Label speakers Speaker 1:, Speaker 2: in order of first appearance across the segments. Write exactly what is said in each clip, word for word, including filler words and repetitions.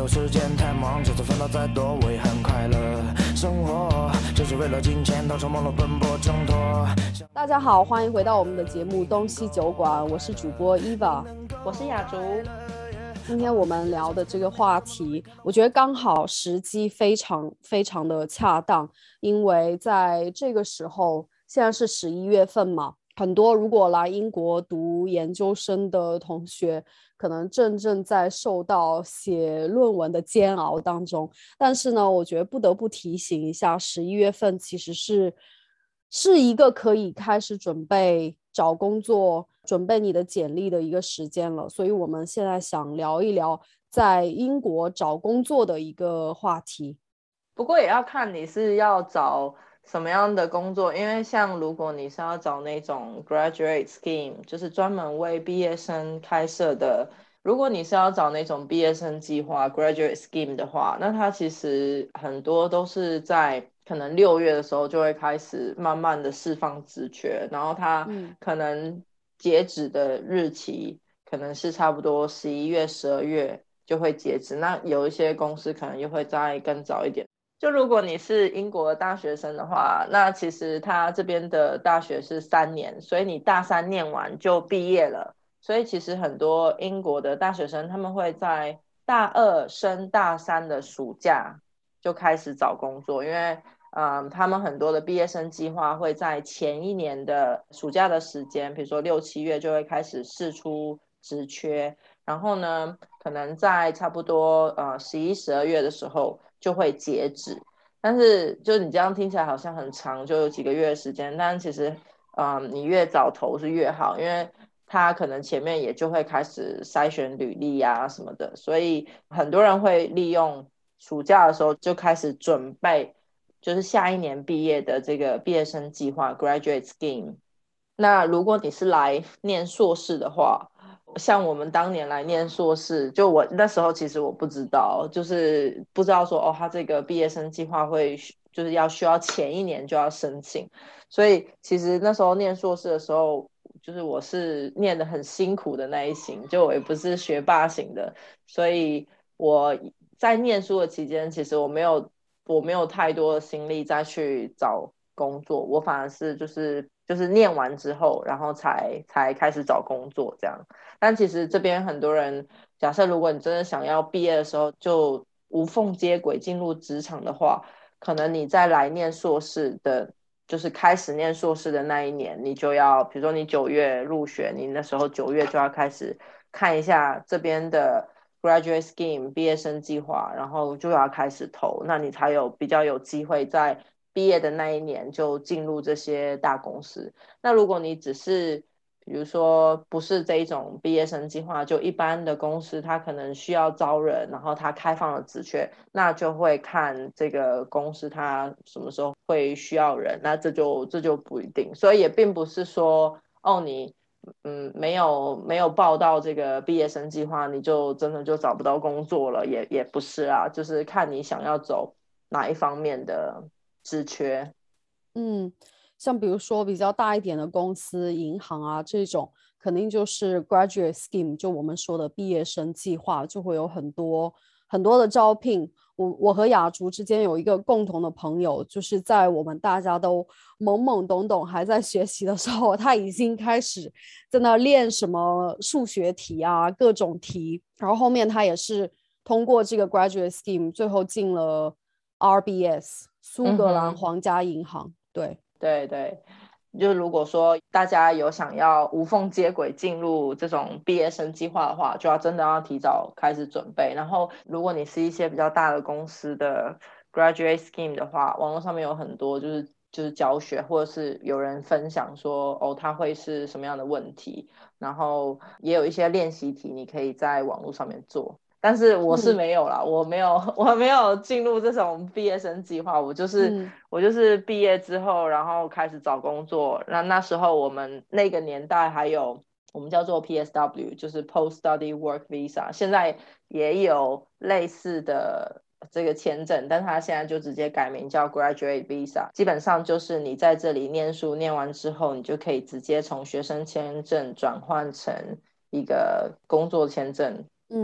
Speaker 1: 有时间太忙，就算烦恼再多我也很快乐。生活就是为了金钱到处忙碌奔波挣脱。
Speaker 2: 大家好，欢迎回到我们的节目东西酒馆，我是主播 Eva，
Speaker 3: 我是雅竹。
Speaker 2: 今天我们聊的这个话题，我觉得刚好时机非常非常的恰当，因为在这个时候，现在是十一月份嘛，很多如果来英国读研究生的同学，可能正正在受到写论文的煎熬当中。但是呢，我觉得不得不提醒一下，十一月份其实是是一个可以开始准备找工作、准备你的简历的一个时间了。所以我们现在想聊一聊在英国找工作的一个话题。
Speaker 3: 不过也要看你是要找什么样的工作，因为像如果你是要找那种 graduate scheme， 就是专门为毕业生开设的，如果你是要找那种毕业生计划 graduate scheme 的话，那它其实很多都是在可能六月的时候就会开始慢慢的释放职缺，然后它可能截止的日期可能是差不多十一月十二月就会截止，那有一些公司可能又会再更早一点。就如果你是英国的大学生的话，那其实他这边的大学是三年，所以你大三念完就毕业了。所以其实很多英国的大学生他们会在大二升大三的暑假就开始找工作，因为嗯，他们很多的毕业生计划会在前一年的暑假的时间，比如说六七月就会开始释出职缺，然后呢可能在差不多呃十一十二月的时候就会截止。但是就你这样听起来好像很长，就有几个月的时间，但其实嗯，你越早投是越好，因为他可能前面也就会开始筛选履历啊什么的，所以很多人会利用暑假的时候就开始准备就是下一年毕业的这个毕业生计划 graduate scheme。 那如果你是来念硕士的话，像我们当年来念硕士，就我那时候其实我不知道，就是不知道说哦，他这个毕业生计划会就是要需要前一年就要申请，所以其实那时候念硕士的时候，就是我是念得很辛苦的那一型，就我也不是学霸型的，所以我在念书的期间，其实我没有我没有太多的心力再去找工作，我反而是就是就是念完之后，然后才才开始找工作这样。但其实这边很多人，假设如果你真的想要毕业的时候就无缝接轨进入职场的话，可能你在来念硕士的，就是开始念硕士的那一年，你就要，比如说你九月入学，你那时候九月就要开始看一下这边的 graduate scheme 毕业生计划，然后就要开始投，那你才有比较有机会在毕业的那一年就进入这些大公司。那如果你只是比如说不是这一种毕业生计划，就一般的公司它可能需要招人，然后它开放了职缺，那就会看这个公司它什么时候会需要人，那这就这就不一定。所以也并不是说哦你嗯没有没有报到这个毕业生计划你就真的就找不到工作了，也也不是啊，就是看你想要走哪一方面的职缺。
Speaker 2: 嗯，像比如说比较大一点的公司、银行啊这种，肯定就是 graduate scheme， 就我们说的毕业生计划，就会有很多很多的招聘。我我和雅竹之间有一个共同的朋友，就是在我们大家都懵懵懂懂还在学习的时候，他已经开始在那练什么数学题啊，各种题，然后后面他也是通过这个 graduate scheme， 最后进了 R B S 苏格兰皇家银行。对
Speaker 3: 对对，就如果说大家有想要无缝接轨进入这种毕业生计划的话，就要真的要提早开始准备。然后如果你是一些比较大的公司的 graduate scheme 的话，网络上面有很多就是就是教学，或者是有人分享说哦它会是什么样的问题，然后也有一些练习题你可以在网络上面做。但是我是没有啦、嗯、我没有我没有进入这种毕业生计划，我就是、嗯、我就是毕业之后然后开始找工作。那那时候我们那个年代还有我们叫做 P S W， 就是 Post Study Work Visa， 现在也有类似的这个签证，但它现在就直接改名叫 Graduate Visa， 基本上就是你在这里念书念完之后，你就可以直接从学生签证转换成一个工作签证。
Speaker 2: 嗯，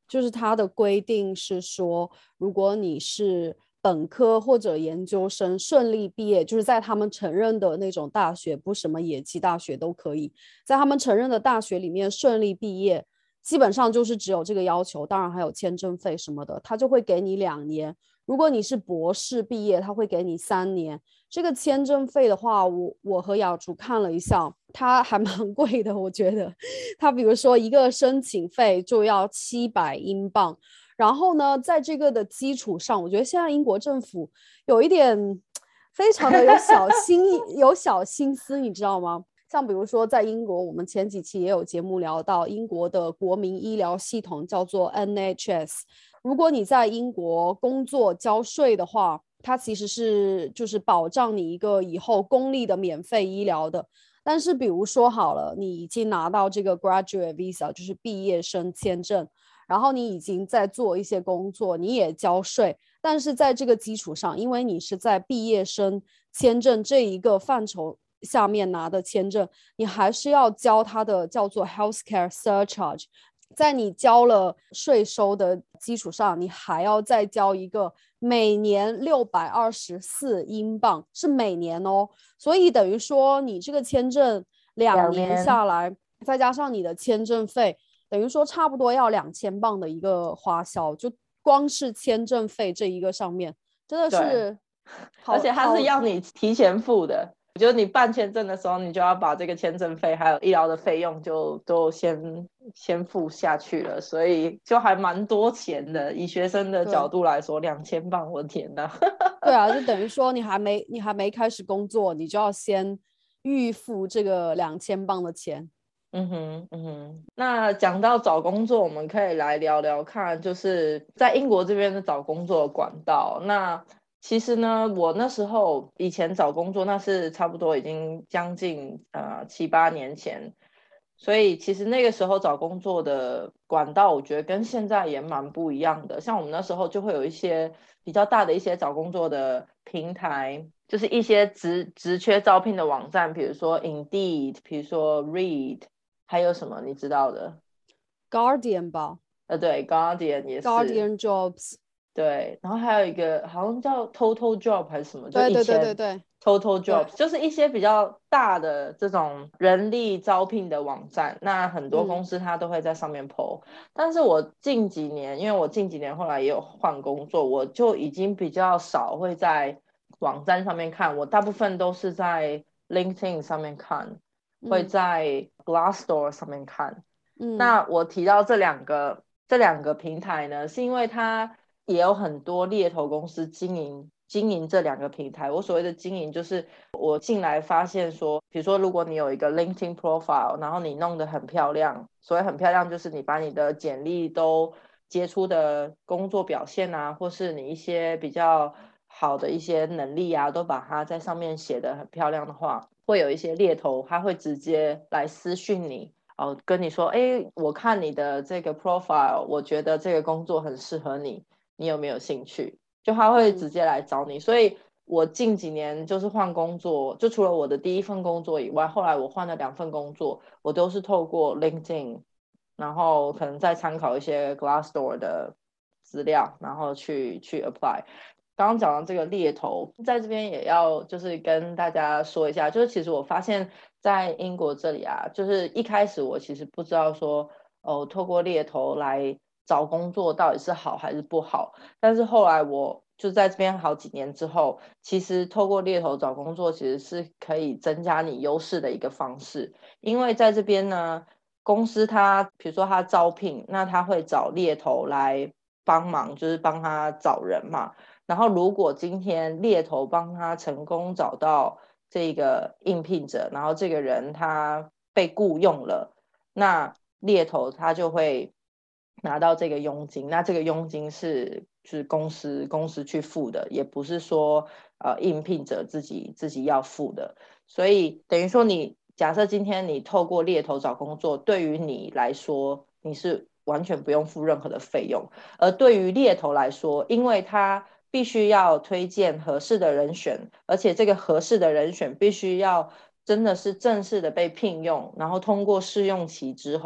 Speaker 2: 就是它的规定是说，如果你是本科或者研究生顺利毕业，就是在他们承认的那种大学，不什么野鸡大学都可以，在他们承认的大学里面顺利毕业，基本上就是只有这个要求，当然还有签证费什么的，他就会给你两年。如果你是博士毕业，他会给你三年。这个签证费的话，我我和雅竹看了一下，它还蛮贵的，我觉得。它比如说一个申请费就要七百英镑，然后呢，在这个的基础上，我觉得现在英国政府有一点非常的有小心有小心思，你知道吗？像比如说在英国，我们前几期也有节目聊到英国的国民医疗系统叫做 N H S。如果你在英国工作交税的话，它其实是就是保障你一个以后公立的免费医疗的。但是比如说好了，你已经拿到这个 graduate visa， 就是毕业生签证，然后你已经在做一些工作，你也交税，但是在这个基础上，因为你是在毕业生签证这一个范畴下面拿的签证，你还是要交它的叫做 healthcare surcharge。在你交了税收的基础上，你还要再交一个每年六百二十四英镑，是每年哦。所以等于说你这个签证两年下来，再加上你的签证费，等于说差不多要两千镑的一个花销，就光是签证费这一个上面，真的是好，
Speaker 3: 而且它是要你提前付的。就是你办签证的时候，你就要把这个签证费还有医疗的费用就都先先付下去了，所以就还蛮多钱的。以学生的角度来说，两千镑，我的天哪！
Speaker 2: 对啊，就等于说你还没你还没开始工作，你就要先预付这个两千镑的钱。
Speaker 3: 嗯哼嗯哼。那讲到找工作，我们可以来聊聊看，就是在英国这边的找工作的管道。那其实呢，我那时候以前找工作，那是差不多已经将近呃七八年前，所以其实那个时候找工作的管道，我觉得跟现在也蛮不一样的。像我们那时候就会有一些比较大的一些找工作的平台，就是一些职职缺招聘的网站，比如说 Indeed， 比如说 Reed， 还有什么你知道的
Speaker 2: Guardian 吧，
Speaker 3: 呃，对 Guardian 也是
Speaker 2: Guardian Jobs，
Speaker 3: 对，然后还有一个好像叫 Total Job 还是什么，就
Speaker 2: 对对
Speaker 3: 以前
Speaker 2: 对对对
Speaker 3: Total Jobs 就是一些比较大的这种人力招聘的网站，那很多公司它都会在上面 po、嗯、但是我近几年，因为我近几年后来也有换工作，我就已经比较少会在网站上面看，我大部分都是在 LinkedIn 上面看，会在 Glassdoor 上面看、嗯、那我提到这两个这两个平台呢，是因为它也有很多猎头公司经营经营这两个平台。我所谓的经营，就是我进来发现说，比如说如果你有一个 LinkedIn profile， 然后你弄得很漂亮，所谓很漂亮就是你把你的简历都接触的工作表现啊，或是你一些比较好的一些能力啊，都把它在上面写得很漂亮的话，会有一些猎头他会直接来私讯你哦，跟你说，哎，我看你的这个 profile， 我觉得这个工作很适合你，你有没有兴趣？就他会直接来找你、嗯、所以我近几年就是换工作，就除了我的第一份工作以外，后来我换了两份工作，我都是透过 LinkedIn， 然后可能再参考一些 Glassdoor 的资料，然后去去 apply。刚刚讲到这个猎头，在这边也要就是跟大家说一下，就是其实我发现在英国这里啊，就是一开始我其实不知道说哦，透过猎头来找工作到底是好还是不好，但是后来我就在这边好几年之后，其实透过猎头找工作其实是可以增加你优势的一个方式。因为在这边呢，公司它比如说它招聘，那它会找猎头来帮忙，就是帮他找人嘛。然后如果今天猎头帮他成功找到这个应聘者，然后这个人他被雇用了，那猎头他就会拿到这个佣金，那这个佣金是是公司公司去付的，也不是说呃应聘者自己自己要付的。所以等于说你假设今天你透过猎头找工作，对于你来说你是完全不用付任何的费用，而对于猎头来说，因为他必须要推荐合适的人选，而且这个合适的人选必须要真的是正式的被聘用，然后通过试用期之后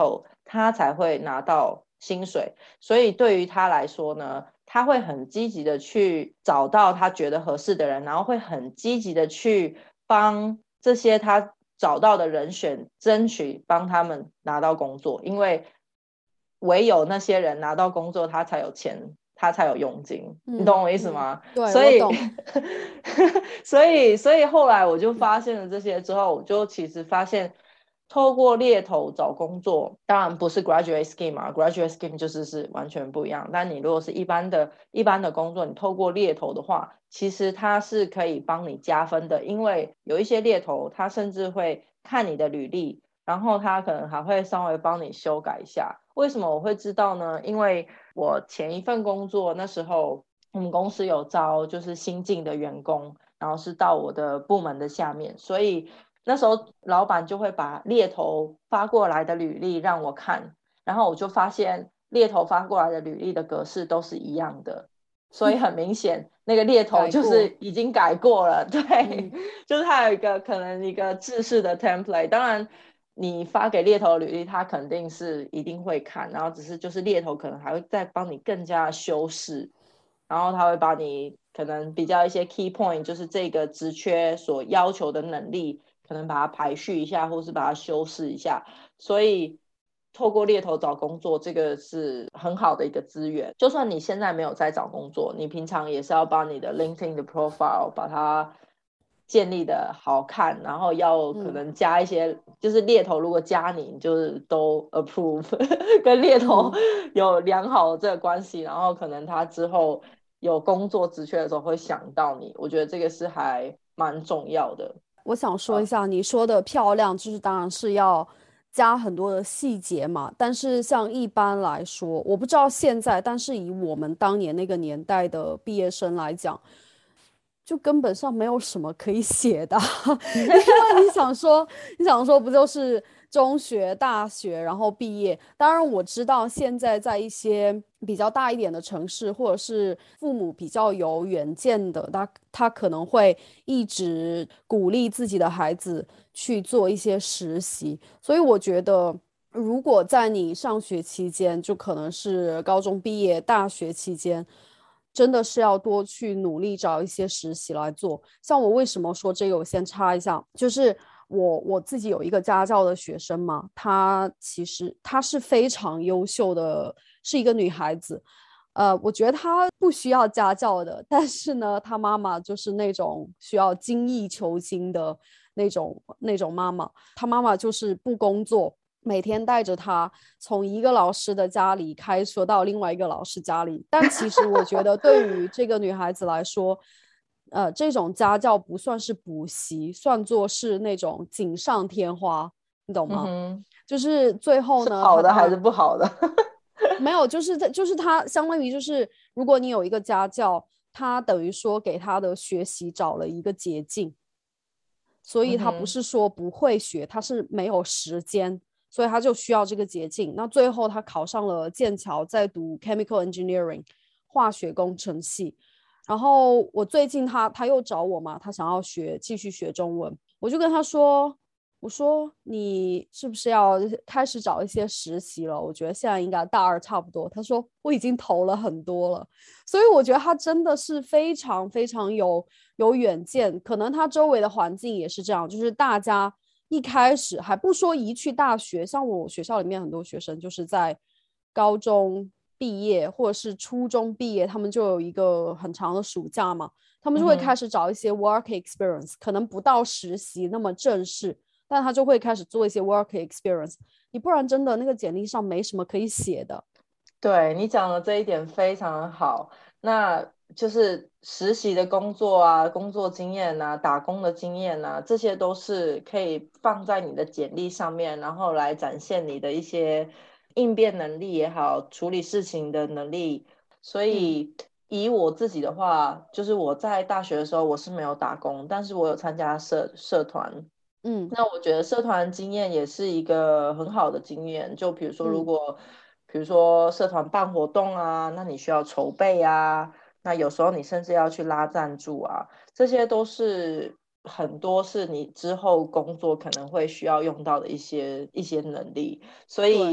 Speaker 3: 他才会拿到薪水。所以对于他来说呢，他会很积极的去找到他觉得合适的人，然后会很积极的去帮这些他找到的人选争取帮他们拿到工作，因为唯有那些人拿到工作，他才有钱，他才有佣金，嗯、你懂我意思吗？
Speaker 2: 嗯、对，
Speaker 3: 所以
Speaker 2: 我懂
Speaker 3: 所以所以后来我就发现了这些之后，我就其实发现透过猎头找工作，当然不是 graduate scheme 啊 graduate scheme 就是是完全不一样，但你如果是一般的一般的工作，你透过猎头的话，其实它是可以帮你加分的，因为有一些猎头他甚至会看你的履历，然后他可能还会稍微帮你修改一下。为什么我会知道呢？因为我前一份工作那时候我们公司有招就是新进的员工，然后是到我的部门的下面，所以那时候老板就会把猎头发过来的履历让我看，然后我就发现猎头发过来的履历的格式都是一样的，所以很明显那个猎头就是已经改过了，对、嗯、就是他有一个可能一个制式的 template， 当然你发给猎头的履历他肯定是一定会看，然后只是就是猎头可能还会再帮你更加修饰，然后他会把你可能比较一些 key point， 就是这个职缺所要求的能力可能把它排序一下，或是把它修饰一下，所以透过猎头找工作这个是很好的一个资源。就算你现在没有在找工作，你平常也是要把你的 LinkedIn 的 profile 把它建立的好看，然后要可能加一些、嗯、就是猎头如果加你就是都 approve 跟猎头有良好的这个关系、嗯、然后可能他之后有工作职缺的时候会想到你，我觉得这个是还蛮重要的。
Speaker 2: 我想说一下、嗯、你说的漂亮就是当然是要加很多的细节嘛，但是像一般来说我不知道现在，但是以我们当年那个年代的毕业生来讲就根本上没有什么可以写的因为你想说你想说不就是中学大学然后毕业，当然我知道现在在一些比较大一点的城市或者是父母比较有远见的，他他可能会一直鼓励自己的孩子去做一些实习，所以我觉得如果在你上学期间，就可能是高中毕业大学期间，真的是要多去努力找一些实习来做。像我为什么说这个，我先插一下，就是我我自己有一个家教的学生嘛，她其实她是非常优秀的，是一个女孩子。呃，我觉得她不需要家教的，但是呢，她妈妈就是那种需要精益求精的那种那种妈妈。她妈妈就是不工作，每天带着他从一个老师的家里开车到另外一个老师家里，但其实我觉得对于这个女孩子来说呃，这种家教不算是补习，算作是那种锦上添花，你懂吗、嗯、就是最后呢
Speaker 3: 是好的还是不好的
Speaker 2: 没有，就是就是他相当于就是如果你有一个家教，他等于说给他的学习找了一个捷径，所以他不是说不会学，他是没有时间，所以他就需要这个捷径。那最后他考上了剑桥，在读 chemical engineering 化学工程系。然后我最近他他又找我嘛，他想要学继续学中文，我就跟他说，我说你是不是要开始找一些实习了？我觉得现在应该大二差不多。他说我已经投了很多了，所以我觉得他真的是非常非常有有远见，可能他周围的环境也是这样，就是大家一开始还不说一去大学，像我学校里面很多学生就是在高中毕业或者是初中毕业，他们就有一个很长的暑假嘛，他们就会开始找一些 work experience、嗯、可能不到实习那么正式，但他就会开始做一些 work experience， 你不然真的那个简历上没什么可以写的。
Speaker 3: 对，你讲的这一点非常好，那就是实习的工作啊，工作经验啊，打工的经验啊，这些都是可以放在你的简历上面，然后来展现你的一些应变能力也好，处理事情的能力。所以以我自己的话，就是我在大学的时候我是没有打工，但是我有参加社社团。嗯，那我觉得社团经验也是一个很好的经验，就比如说如果、嗯、比如说社团办活动啊，那你需要筹备啊，那有时候你甚至要去拉赞助啊，这些都是很多是你之后工作可能会需要用到的一些一些能力。所以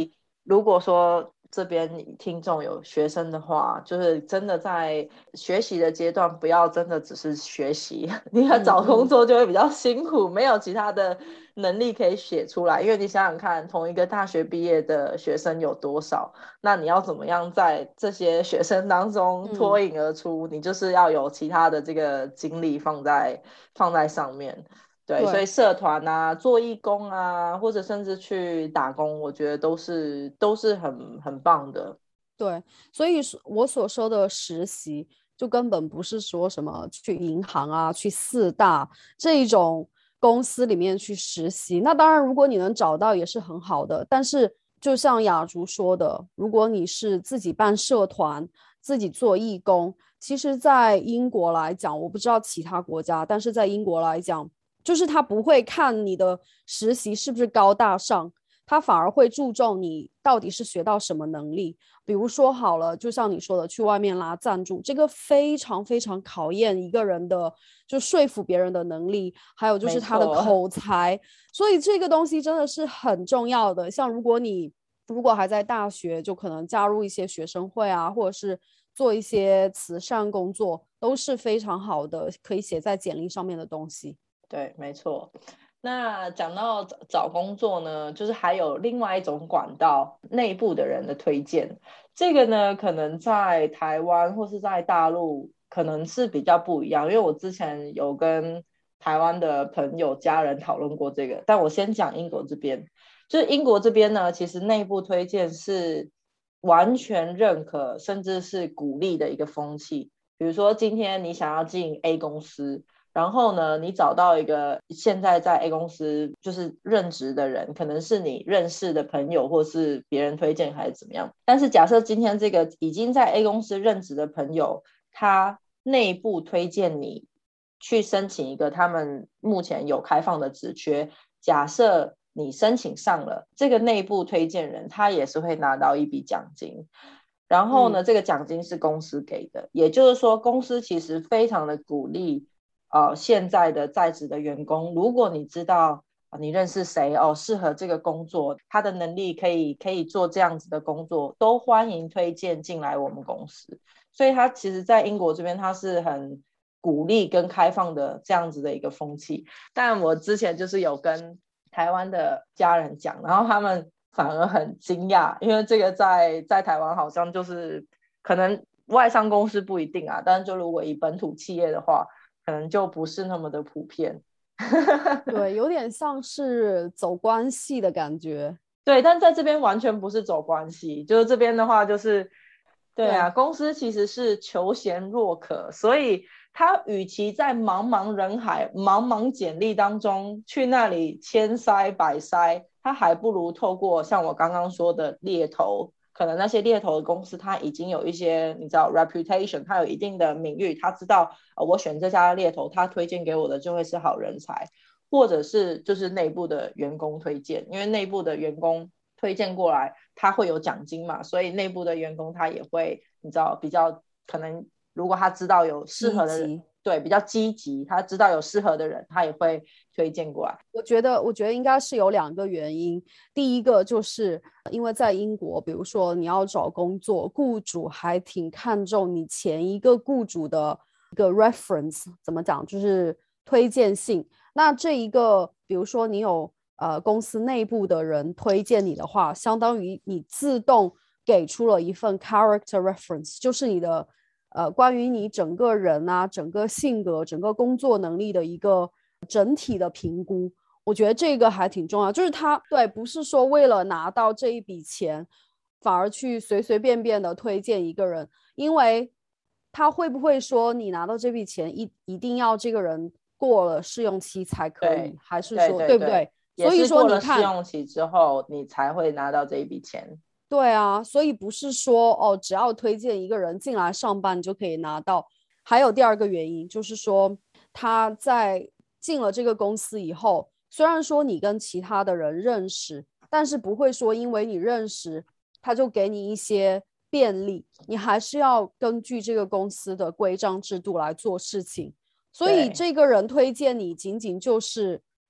Speaker 3: 如果说这边听众有学生的话，就是真的在学习的阶段，不要真的只是学习，你要找工作就会比较辛苦，嗯嗯，没有其他的能力可以写出来。因为你想想看，同一个大学毕业的学生有多少，那你要怎么样在这些学生当中脱颖而出，嗯，你就是要有其他的这个精力放在放在上面。对，对，所以社团啊，做义工啊，或者甚至去打工，我觉得都是都是很很棒的。
Speaker 2: 对，所以我所说的实习，就根本不是说什么去银行啊、去四大这种公司里面去实习。那当然，如果你能找到也是很好的。但是，就像雅竹说的，如果你是自己办社团、自己做义工，其实，在英国来讲，我不知道其他国家，但是在英国来讲，就是他不会看你的实习是不是高大上，他反而会注重你到底是学到什么能力。比如说好了，就像你说的，去外面拉赞助，这个非常非常考验一个人的就说服别人的能力，还有就是他的口才。所以这个东西真的是很重要的。像如果你如果还在大学，就可能加入一些学生会啊，或者是做一些慈善工作，都是非常好的，可以写在简历上面的东西。
Speaker 3: 对，没错。那讲到找工作呢，就是还有另外一种管道，内部的人的推荐。这个呢，可能在台湾或是在大陆可能是比较不一样，因为我之前有跟台湾的朋友家人讨论过这个。但我先讲英国这边，就是英国这边呢，其实内部推荐是完全认可甚至是鼓励的一个风气。比如说今天你想要进 A 公司，然后呢，你找到一个现在在 A 公司就是任职的人，可能是你认识的朋友或是别人推荐还是怎么样。但是假设今天这个已经在 A 公司任职的朋友，他内部推荐你去申请一个他们目前有开放的职缺，假设你申请上了，这个内部推荐人他也是会拿到一笔奖金。然后呢，嗯、这个奖金是公司给的，也就是说公司其实非常的鼓励呃，现在的在职的员工，如果你知道、呃、你认识谁哦，适合这个工作，他的能力可以可以做这样子的工作，都欢迎推荐进来我们公司。所以他其实在英国这边他是很鼓励跟开放的这样子的一个风气。但我之前就是有跟台湾的家人讲，然后他们反而很惊讶，因为这个在在台湾好像就是可能外商公司不一定啊，但是就如果以本土企业的话，可能就不是那么的普遍。
Speaker 2: 对，有点像是走关系的感觉。
Speaker 3: 对，但在这边完全不是走关系，就是这边的话就是对啊，对，公司其实是求贤若渴，所以他与其在茫茫人海茫茫简历当中去那里千筛百筛，他还不如透过像我刚刚说的猎头，可能那些猎头的公司他已经有一些你知道 reputation， 他有一定的名誉，他知道、呃、我选这家猎头，他推荐给我的就会是好人才。或者是就是内部的员工推荐，因为内部的员工推荐过来他会有奖金嘛，所以内部的员工他也会你知道比较可能，如果他知道有适合的人，对，比较积极，他知道有适合的人他也会推荐过来。
Speaker 2: 我觉得我觉得应该是有两个原因。第一个就是因为在英国，比如说你要找工作，雇主还挺看重你前一个雇主的一个 reference， 怎么讲，就是推荐信。那这一个比如说你有呃公司内部的人推荐你的话，相当于你自动给出了一份 character reference， 就是你的呃关于你整个人啊、整个性格、整个工作能力的一个整体的评估。我觉得这个还挺重要，就是他对不是说为了拿到这一笔钱反而去随随便便的推荐一个人，因为他会不会说你拿到这笔钱一一定要这个人过了试用期才可以，还是说 对, 对, 对, 对不对？
Speaker 3: 所以说你看试用期之后你才会拿到这一笔钱。
Speaker 2: 对啊，所以不是说哦只要推荐一个人进来上班就可以拿到。还有第二个原因就是说他在进了这个公司以后，虽然说你跟其他的人认识，但是不会说因为你认识他就给你一些便利，你还是要根据这个公司的规章制度来做事情。所以这个人推荐你仅仅就是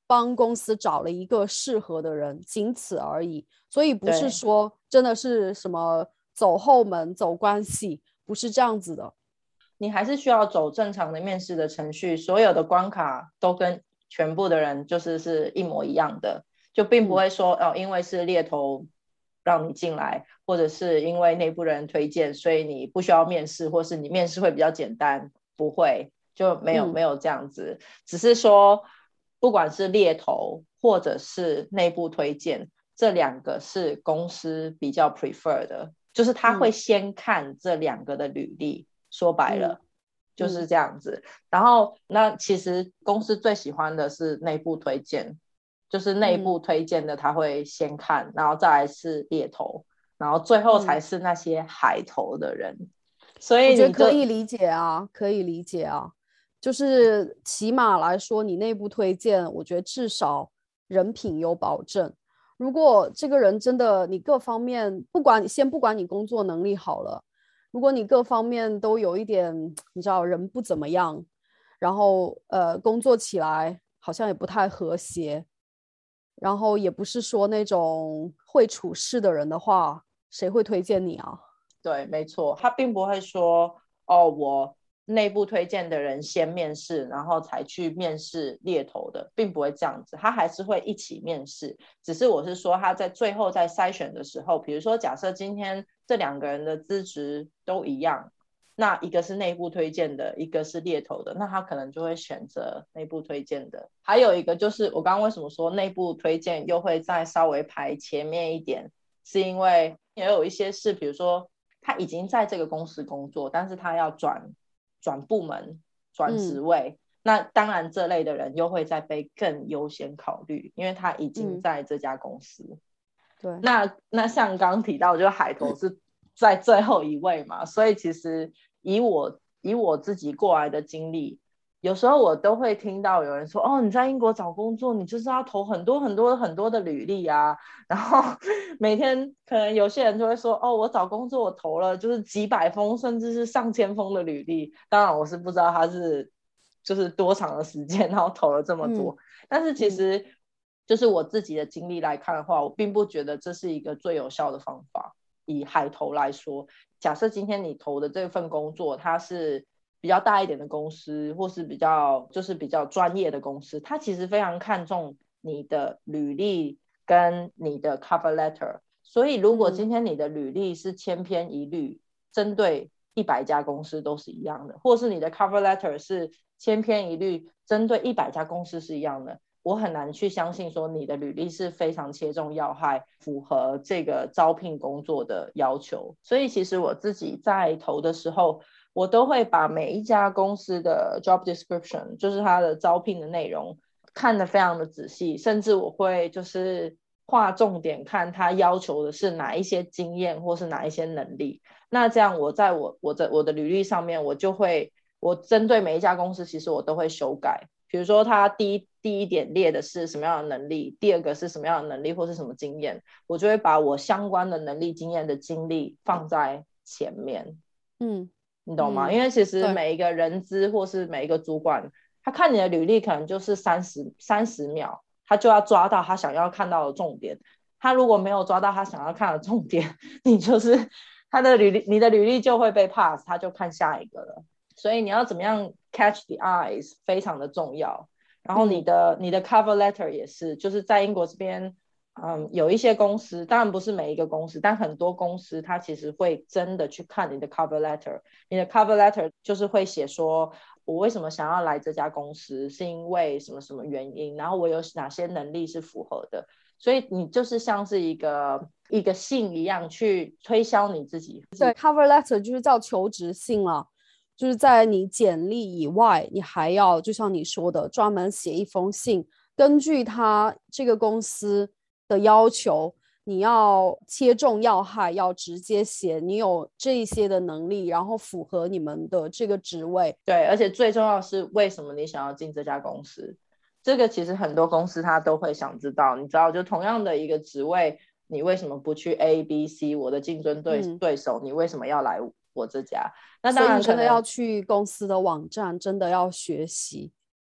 Speaker 2: 帮公司找了一个适合的人，仅此而已。所以不是说真的是什么走后门走关系，不是这样子的。
Speaker 3: 你还是需要走正常的面试的程序，所有的关卡都跟全部的人就是是一模一样的，就并不会说、嗯、哦，因为是猎头让你进来，或者是因为内部人推荐，所以你不需要面试，或是你面试会比较简单，不会，就没有、嗯、没有这样子。只是说不管是猎头或者是内部推荐，这两个是公司比较 prefer 的，就是他会先看这两个的履历、嗯、说白了、嗯、就是这样子。然后那其实公司最喜欢的是内部推荐，就是内部推荐的他会先看、嗯、然后再来是猎头，然后最后才是那些海投的人、嗯、所以你就
Speaker 2: 我觉得可以理解啊，可以理解啊，就是起码来说你内部推荐，我觉得至少人品有保证。如果这个人真的你各方面不管先不管你工作能力好了，如果你各方面都有一点你知道人不怎么样，然后呃工作起来好像也不太和谐，然后也不是说那种会处事的人的话，谁会推荐你啊？
Speaker 3: 对，没错，他并不会说哦，我内部推荐的人先面试，然后才去面试猎头的，并不会这样子，他还是会一起面试。只是我是说他在最后在筛选的时候，比如说假设今天这两个人的资质都一样，那一个是内部推荐的，一个是猎头的，那他可能就会选择内部推荐的。还有一个就是我刚刚为什么说内部推荐又会再稍微排前面一点，是因为也有一些是比如说他已经在这个公司工作，但是他要转转部门转职位、嗯、那当然这类的人又会再被更优先考虑，因为他已经在这家公司、嗯、对。那那像刚刚提到就海投是在最后一位嘛、嗯、所以其实以我以我自己过来的经历，有时候我都会听到有人说哦，你在英国找工作你就是要投很多很多很多的履历啊，然后每天可能有些人就会说哦，我找工作我投了就是几百封甚至是上千封的履历，当然我是不知道他是就是多长的时间然后投了这么多、嗯、但是其实就是我自己的经历来看的话，我并不觉得这是一个最有效的方法。以海投来说，假设今天你投的这份工作它是比较大一点的公司，或是比较就是比较专业的公司，它其实非常看重你的履历跟你的 cover letter， 所以如果今天你的履历是千篇一律、嗯、针对一百家公司都是一样的，或是你的 cover letter 是千篇一律针对一百家公司是一样的，我很难去相信说你的履历是非常切中要害，符合这个招聘工作的要求。所以其实我自己在投的时候，我都会把每一家公司的 job description， 就是它的招聘的内容看得非常的仔细，甚至我会就是划重点看他要求的是哪一些经验或是哪一些能力。那这样我在我我的我的履历上面，我就会我针对每一家公司其实我都会修改，比如说他第一第一点列的是什么样的能力，第二个是什么样的能力或是什么经验，我就会把我相关的能力经验的经历放在前面。嗯，你懂吗、嗯、因为其实每一个人资或是每一个主管，他看你的履历可能就是三十三十秒，他就要抓到他想要看到的重点，他如果没有抓到他想要看的重点，你就是他的履历你的履历就会被 pass， 他就看下一个了。所以你要怎么样 catch the eyes 非常的重要。然后你的、嗯、你的 cover letter 也是，就是在英国这边嗯，有一些公司，当然不是每一个公司，但很多公司它其实会真的去看你的 cover letter， 你的 cover letter 就是会写说我为什么想要来这家公司，是因为什么什么原因，然后我有哪些能力是符合的，所以你就是像是一个一个信一样去推销你自己。
Speaker 2: 对， cover letter 就是叫求职信了，就是在你简历以外，你还要就像你说的专门写一封信，根据他这个公司的要求，你要切中要害，要直接写你有这一些的能力，然后符合你们的这个职位。
Speaker 3: 对，而且最重要的是为什么你想要进这家公司，这个其实很多公司他都会想知道，你知道就同样的一个职位，你为什么不去 A B C 我的竞争 对,、嗯、对手，你为什么要来我这家？那当然
Speaker 2: 所以你真的要去公司的网站真的要学习。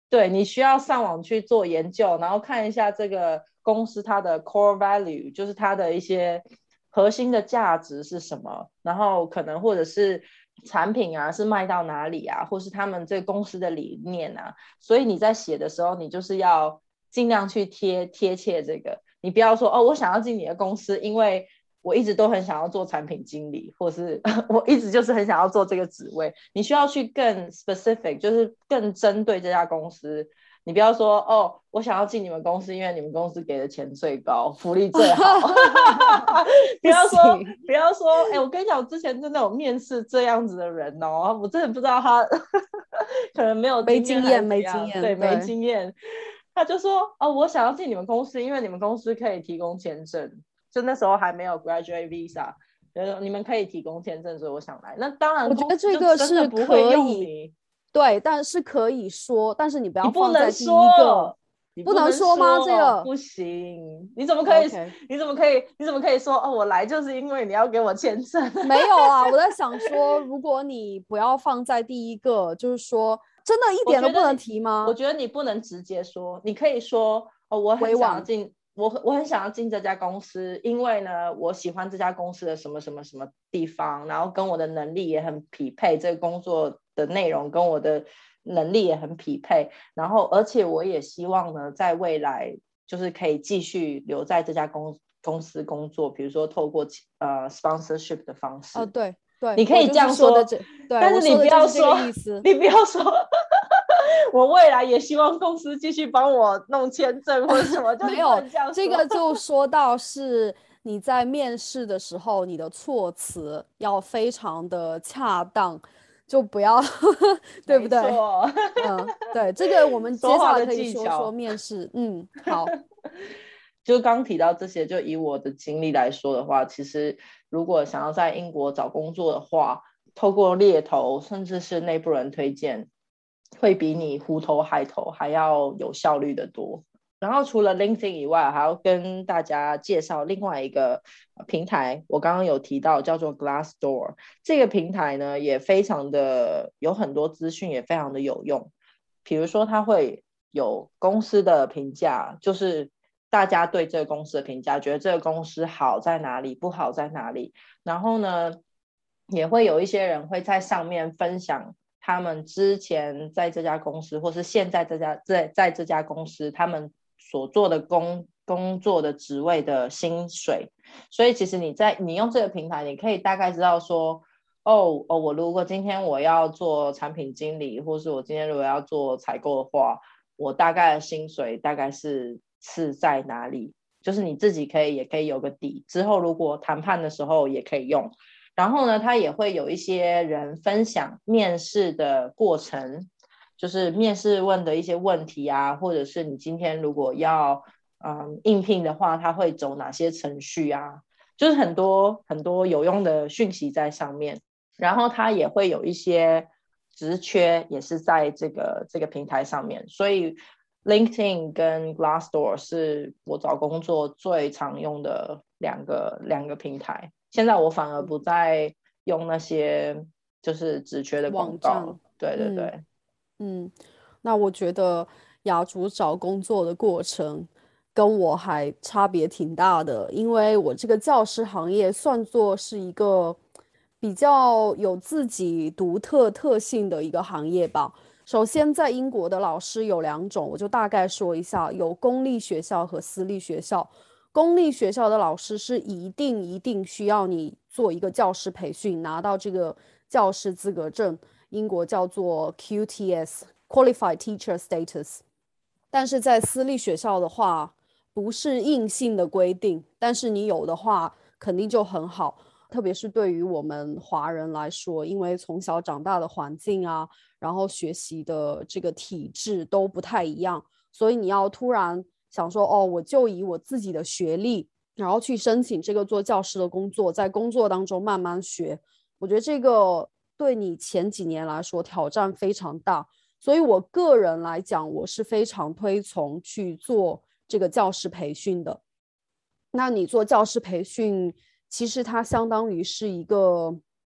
Speaker 3: 对，你需要上网去做研究，然后看一下这个公司它的 core value，就是它的一些核心的价值是什么，然后可能或者是产品啊是卖到哪里啊，或是他们这个公司的理念啊，所以你在写的时候，你就是要尽量去贴贴切这个，你不要说哦，我想要进你的公司，因为我一直都很想要做产品经理，或是我一直就是很想要做这个职位。你需要去更 specific， 就是更针对这家公司。你不要说哦，我想要进你们公司，因为你们公司给的钱最高，福利最好。不要说，不要说，哎、欸，我跟你讲，我之前真的有面试这样子的人哦，我真的不知道他可能没有
Speaker 2: 没经验，没
Speaker 3: 经
Speaker 2: 验，
Speaker 3: 对，没经验。他就说哦，我想要进你们公司，因为你们公司可以提供签证。就那时候还没有 graduate visa， 就是你们可以提供签证，所以我想来。那当然，
Speaker 2: 我觉得这个是可以，对，但是可以说，但是你不要放在第一个。
Speaker 3: 你
Speaker 2: 不能说吗？这个
Speaker 3: 不行，你怎么可以？ Okay. 你怎么可以？你怎么可以说哦？我来就是因为你要给我签证？
Speaker 2: 没有啊，我在想说，如果你不要放在第一个，就是说，真的一点都不能提吗？
Speaker 3: 我觉得你不能直接说，你可以说哦，我很想要进。我我很想要进这家公司，因为呢，我喜欢这家公司的什么什么什么地方，然后跟我的能力也很匹配，这个工作的内容跟我的能力也很匹配，然后而且我也希望呢，在未来就是可以继续留在这家公公司工作，比如说透过呃 sponsorship 的方式。
Speaker 2: 哦，对对，
Speaker 3: 你可以这样说，
Speaker 2: 说
Speaker 3: 但是你不要说，你不要说。我未来也希望公司继续帮我弄签证或者什么，就
Speaker 2: 没有这个就说到是你在面试的时候，你的措辞要非常的恰当，就不要对不对？嗯，对，这个我们接下来可以说说面试。嗯，好。
Speaker 3: 就刚提到这些，就以我的经历来说的话，其实如果想要在英国找工作的话，透过猎头甚至是内部人推荐，会比你胡投海投还要有效率的多。然后除了 LinkedIn 以外，还要跟大家介绍另外一个平台，我刚刚有提到叫做 Glassdoor。 这个平台呢也非常的有很多资讯，也非常的有用。比如说它会有公司的评价，就是大家对这个公司的评价，觉得这个公司好在哪里，不好在哪里。然后呢也会有一些人会在上面分享他们之前在这家公司，或是现在这家 在, 在这家公司他们所做的工工作的职位的薪水。所以其实你在你用这个平台，你可以大概知道说哦哦，我如果今天我要做产品经理，或是我今天如果要做采购的话，我大概的薪水大概是是在哪里，就是你自己可以也可以有个底，之后如果谈判的时候也可以用。然后呢，他也会有一些人分享面试的过程，就是面试问的一些问题啊，或者是你今天如果要嗯应聘的话，他会走哪些程序啊，就是很多很多有用的讯息在上面。然后他也会有一些职缺也是在这个这个平台上面，所以 LinkedIn 跟 Glassdoor 是我找工作最常用的两个两个平台。现在我反而不再用那些就是职缺的广告。对对对。
Speaker 2: 嗯，嗯，那我觉得雅竹找工作的过程跟我还差别挺大的，因为我这个教师行业算作是一个比较有自己独特特性的一个行业吧。首先在英国的老师有两种，我就大概说一下，有公立学校和私立学校。公立学校的老师是一定一定需要你做一个教师培训，拿到这个教师资格证，英国叫做 Q T S Qualified Teacher Status。 但是在私立学校的话不是硬性的规定，但是你有的话肯定就很好，特别是对于我们华人来说，因为从小长大的环境啊，然后学习的这个体制都不太一样，所以你要突然想说哦，我就以我自己的学历然后去申请这个做教师的工作，在工作当中慢慢学，我觉得这个对你前几年来说挑战非常大。所以我个人来讲，我是非常推崇去做这个教师培训的。那你做教师培训其实它相当于是一个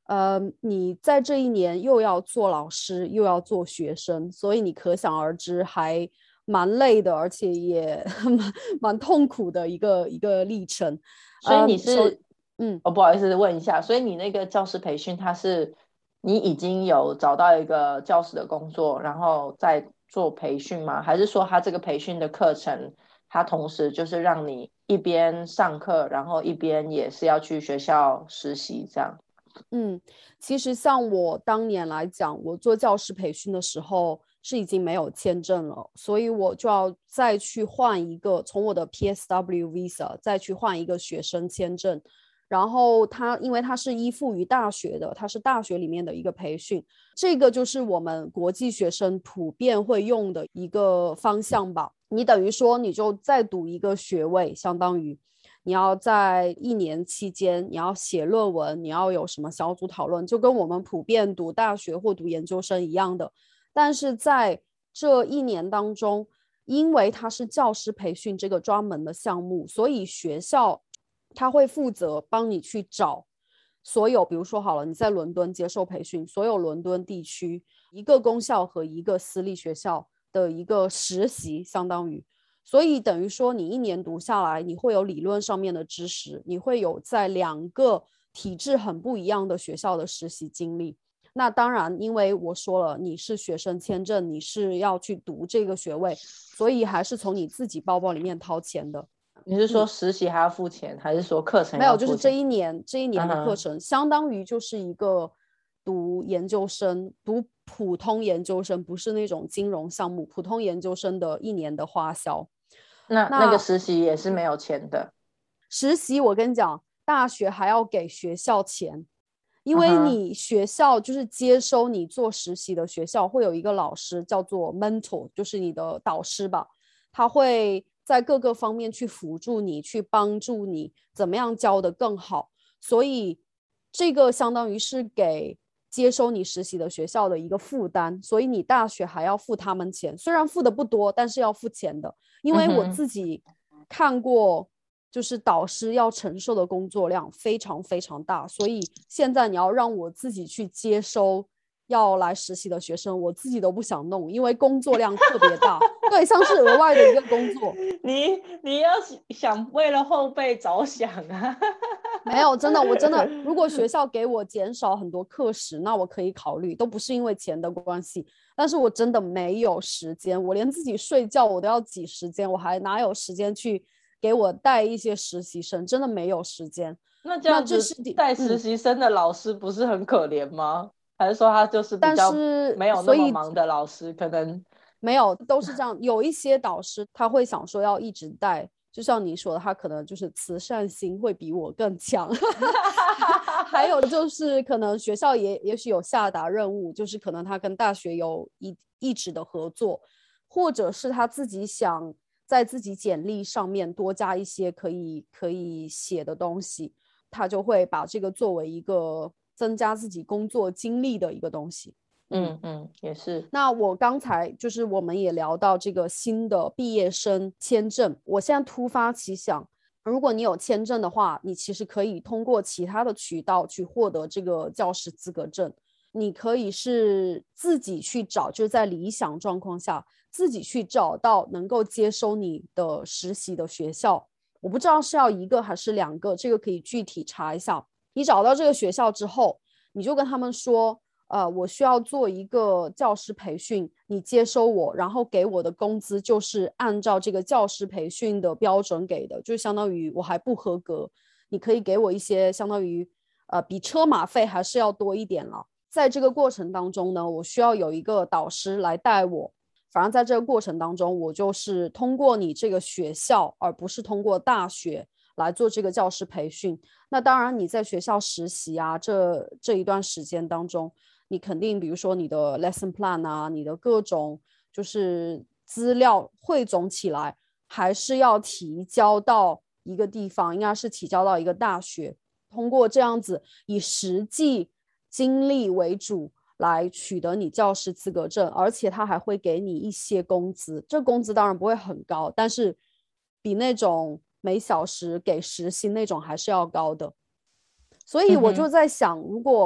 Speaker 2: 呃，你在这一年又要做老师又要做学生，所以你可想而知还蛮累的，而且也蛮蛮痛苦的一个一个历程。
Speaker 3: 所以你是
Speaker 2: 嗯
Speaker 3: 哦，不好意思问一下，所以你那个教师培训，它是你已经有找到一个教师的工作，然后再做培训吗？还是说它这个培训的课程，它同时就是让你一边上课，然后一边也是要去学校实习这样？
Speaker 2: 嗯，其实像我当年来讲，我做教师培训的时候是已经没有签证了，所以我就要再去换一个，从我的 P S W visa 再去换一个学生签证。然后它因为它是依附于大学的，它是大学里面的一个培训，这个就是我们国际学生普遍会用的一个方向吧。你等于说你就再读一个学位，相当于你要在一年期间你要写论文，你要有什么小组讨论，就跟我们普遍读大学或读研究生一样的。但是在这一年当中，因为它是教师培训这个专门的项目，所以学校他会负责帮你去找所有，比如说好了，你在伦敦接受培训，所有伦敦地区一个公校和一个私立学校的一个实习，相当于，所以等于说你一年读下来，你会有理论上面的知识，你会有在两个体制很不一样的学校的实习经历。那当然，因为我说了，你是学生签证，你是要去读这个学位，所以还是从你自己包包里面掏钱的。
Speaker 3: 你是说实习还要付钱，嗯、还是说课程
Speaker 2: 没有？就是这一年这一年的课程，
Speaker 3: 嗯、
Speaker 2: 相当于就是一个读研究生，读普通研究生，不是那种金融项目，普通研究生的一年的花销。
Speaker 3: 那那个实习也是没有钱的。
Speaker 2: 实习我跟你讲，大学还要给学校钱，因为你学校就是接收你做实习的学校会有一个老师叫做 mentor， 就是你的导师吧，他会在各个方面去辅助你，去帮助你怎么样教得更好，所以这个相当于是给接收你实习的学校的一个负担，所以你大学还要付他们钱，虽然付的不多，但是要付钱的。因为我自己看过，就是导师要承受的工作量非常非常大，所以现在你要让我自己去接收要来实习的学生，我自己都不想弄，因为工作量特别大。对，像是额外的一个工作。
Speaker 3: 你你要想为了后辈着想啊。
Speaker 2: 没有，真的，我真的，如果学校给我减少很多课时，那我可以考虑，都不是因为钱的关系。但是我真的没有时间，我连自己睡觉我都要挤时间，我还哪有时间去给我带一些实习生？真的没有时间。
Speaker 3: 那这样子带实习生的老师不是很可怜吗？嗯、还是说他就是比较没有那么忙的老师？可能
Speaker 2: 没有，都是这样。有一些导师他会想说要一直带，就像你说的，他可能就是慈善心会比我更强。还有就是可能学校也也许有下达任务，就是可能他跟大学有一一直的合作，或者是他自己想在自己简历上面多加一些可以可以写的东西，他就会把这个作为一个增加自己工作经历的一个东西。
Speaker 3: 嗯嗯，也是。
Speaker 2: 那我刚才就是我们也聊到这个新的毕业生签证，我现在突发奇想，如果你有签证的话，你其实可以通过其他的渠道去获得这个教师资格证。你可以是自己去找，就是在理想状况下自己去找到能够接收你的实习的学校，我不知道是要一个还是两个，这个可以具体查一下。你找到这个学校之后，你就跟他们说呃，我需要做一个教师培训，你接收我，然后给我的工资就是按照这个教师培训的标准给的，就相当于我还不合格，你可以给我一些相当于呃比车马费还是要多一点了。在这个过程当中呢，我需要有一个导师来带我，反正在这个过程当中，我就是通过你这个学校，而不是通过大学来做这个教师培训。那当然你在学校实习啊，这这一段时间当中，你肯定比如说你的 lesson plan 啊，你的各种就是资料汇总起来，还是要提交到一个地方，应该是提交到一个大学，通过这样子以实际经历为主来取得你教师资格证，而且他还会给你一些工资，这工资当然不会很高，但是比那种每小时给时薪那种还是要高的。所以我就在想，如果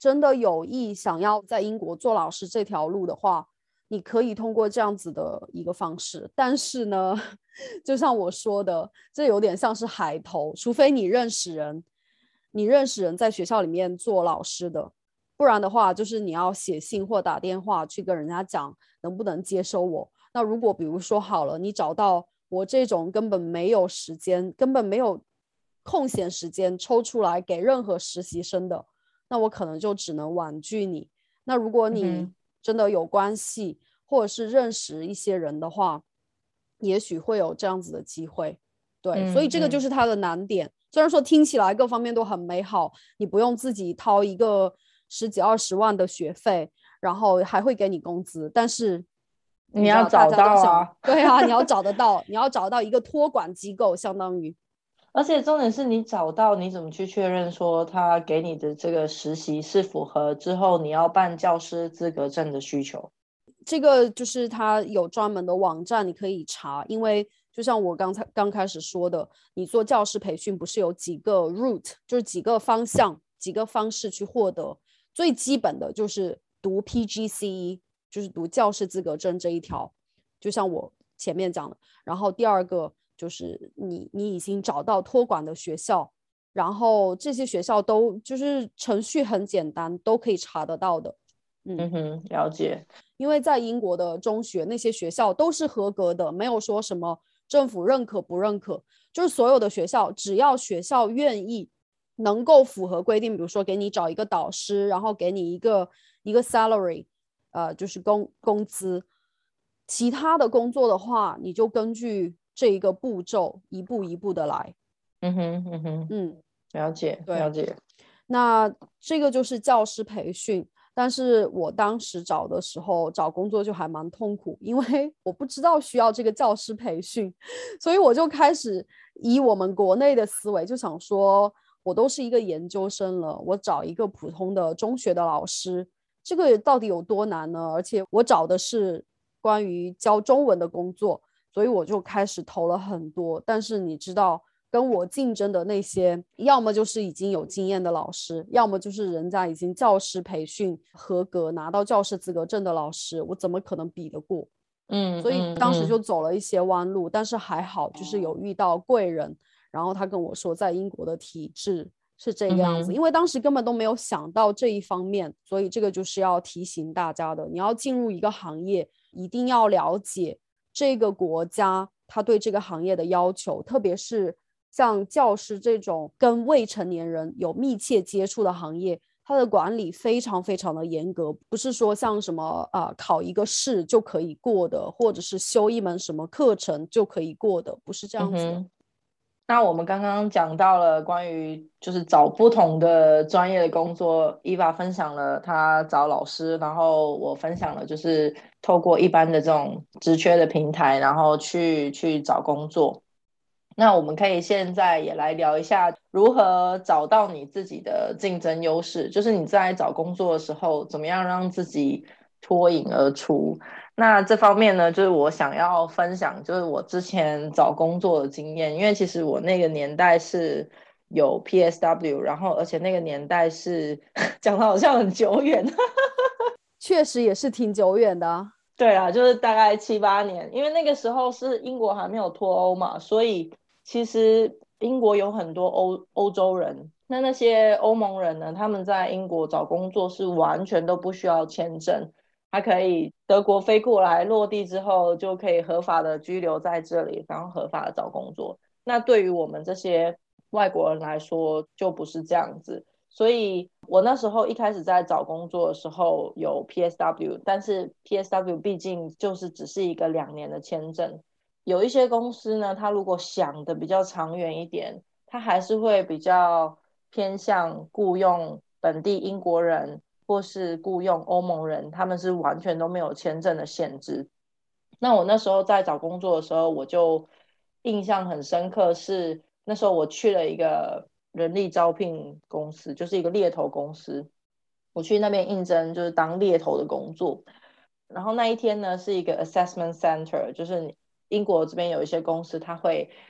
Speaker 2: 真的有意想要在英国做老师这条路的话，你可以通过这样子的一个方式。但是呢，就像我说的，这有点像是海投，除非你认识人，你认识人在学校里面做老师的，不然的话就是你要写信或打电话去跟人家讲能不能接收我。那如果比如说好了，你找到我这种根本没有时间，根本没有空闲时间抽出来给任何实习生的，那我可能就只能婉拒你。那如果你真的有关系、嗯、或者是认识一些人的话，也许会有这样子的机会。对、嗯、所以这个就是它的难点、嗯、虽然说听起来各方面都很美好，你不用自己掏一个十几二十万的学费，然后还会给你工资，但是
Speaker 3: 你要找到啊，
Speaker 2: 对啊，你要找得到你要找到一个托管机构，相当于。
Speaker 3: 而且重点是你找到，你怎么去确认说他给你的这个实习是符合之后你要办教师资格证的需求？
Speaker 2: 这个就是他有专门的网站你可以查，因为就像我刚才刚开始说的，你做教师培训不是有几个 route， 就是几个方向几个方式去获得，最基本的就是读 P G C E， 就是读教师资格证这一条，就像我前面讲的。然后第二个就是你你已经找到托管的学校，然后这些学校都就是程序很简单，都可以查得到的。
Speaker 3: 嗯, 嗯哼，了解。
Speaker 2: 因为在英国的中学那些学校都是合格的，没有说什么政府认可不认可，就是所有的学校只要学校愿意能够符合规定，比如说给你找一个导师，然后给你一个一个 salary， 呃，就是工工资，其他的工作的话你就根据这一个步骤一步一步的来。
Speaker 3: 嗯哼嗯哼嗯，了解了解。
Speaker 2: 那这个就是教师培训，但是我当时找的时候找工作就还蛮痛苦，因为我不知道需要这个教师培训，所以我就开始以我们国内的思维就想说，我都是一个研究生了，我找一个普通的中学的老师，这个到底有多难呢？而且我找的是关于教中文的工作，所以我就开始投了很多。但是你知道跟我竞争的那些要么就是已经有经验的老师，要么就是人家已经教师培训合格拿到教师资格证的老师，我怎么可能比得过？嗯，所以当时就走了一些弯路、嗯嗯、但是还好就是有遇到贵人，然后他跟我说在英国的体制是这个样子、嗯、因为当时根本都没有想到这一方面，所以这个就是要提醒大家的，你要进入一个行业一定要了解这个国家他对这个行业的要求，特别是像教师这种跟未成年人有密切接触的行业，它的管理非常非常的严格，不是说像什么、呃、考一个试就可以过的，或者是修一门什么课程就可以过的，不是这样子的、嗯、
Speaker 3: 那我们刚刚讲到了关于就是找不同的专业的工作， Eva 分享了她找老师，然后我分享了就是透过一般的这种职缺的平台然后去去找工作。那我们可以现在也来聊一下如何找到你自己的竞争优势，就是你在找工作的时候怎么样让自己脱颖而出。那这方面呢，就是我想要分享就是我之前找工作的经验，因为其实我那个年代是有 P S W， 然后而且那个年代是讲得好像很久远
Speaker 2: 确实也是挺久远的啊。
Speaker 3: 对啊，就是大概七八年，因为那个时候是英国还没有脱欧嘛，所以其实英国有很多欧欧洲人，那那些欧盟人呢，他们在英国找工作是完全都不需要签证，他可以德国飞过来，落地之后就可以合法的居留在这里，然后合法的找工作。那对于我们这些外国人来说就不是这样子，所以我那时候一开始在找工作的时候有 P S W， 但是 P S W 毕竟就是只是一个两年的签证，有一些公司呢，他如果想的比较长远一点，他还是会比较偏向雇用本地英国人或是雇用欧盟人，他们是完全都没有签证的限制。那我那时候在找工作的时候，我就印象很深刻，是那时候我去了一个人力招聘公司，就是一个猎头公司，我去那边应征就是当猎头的工作。然后那一天呢是一个 assessment center， 就是英国这边有一些公司他会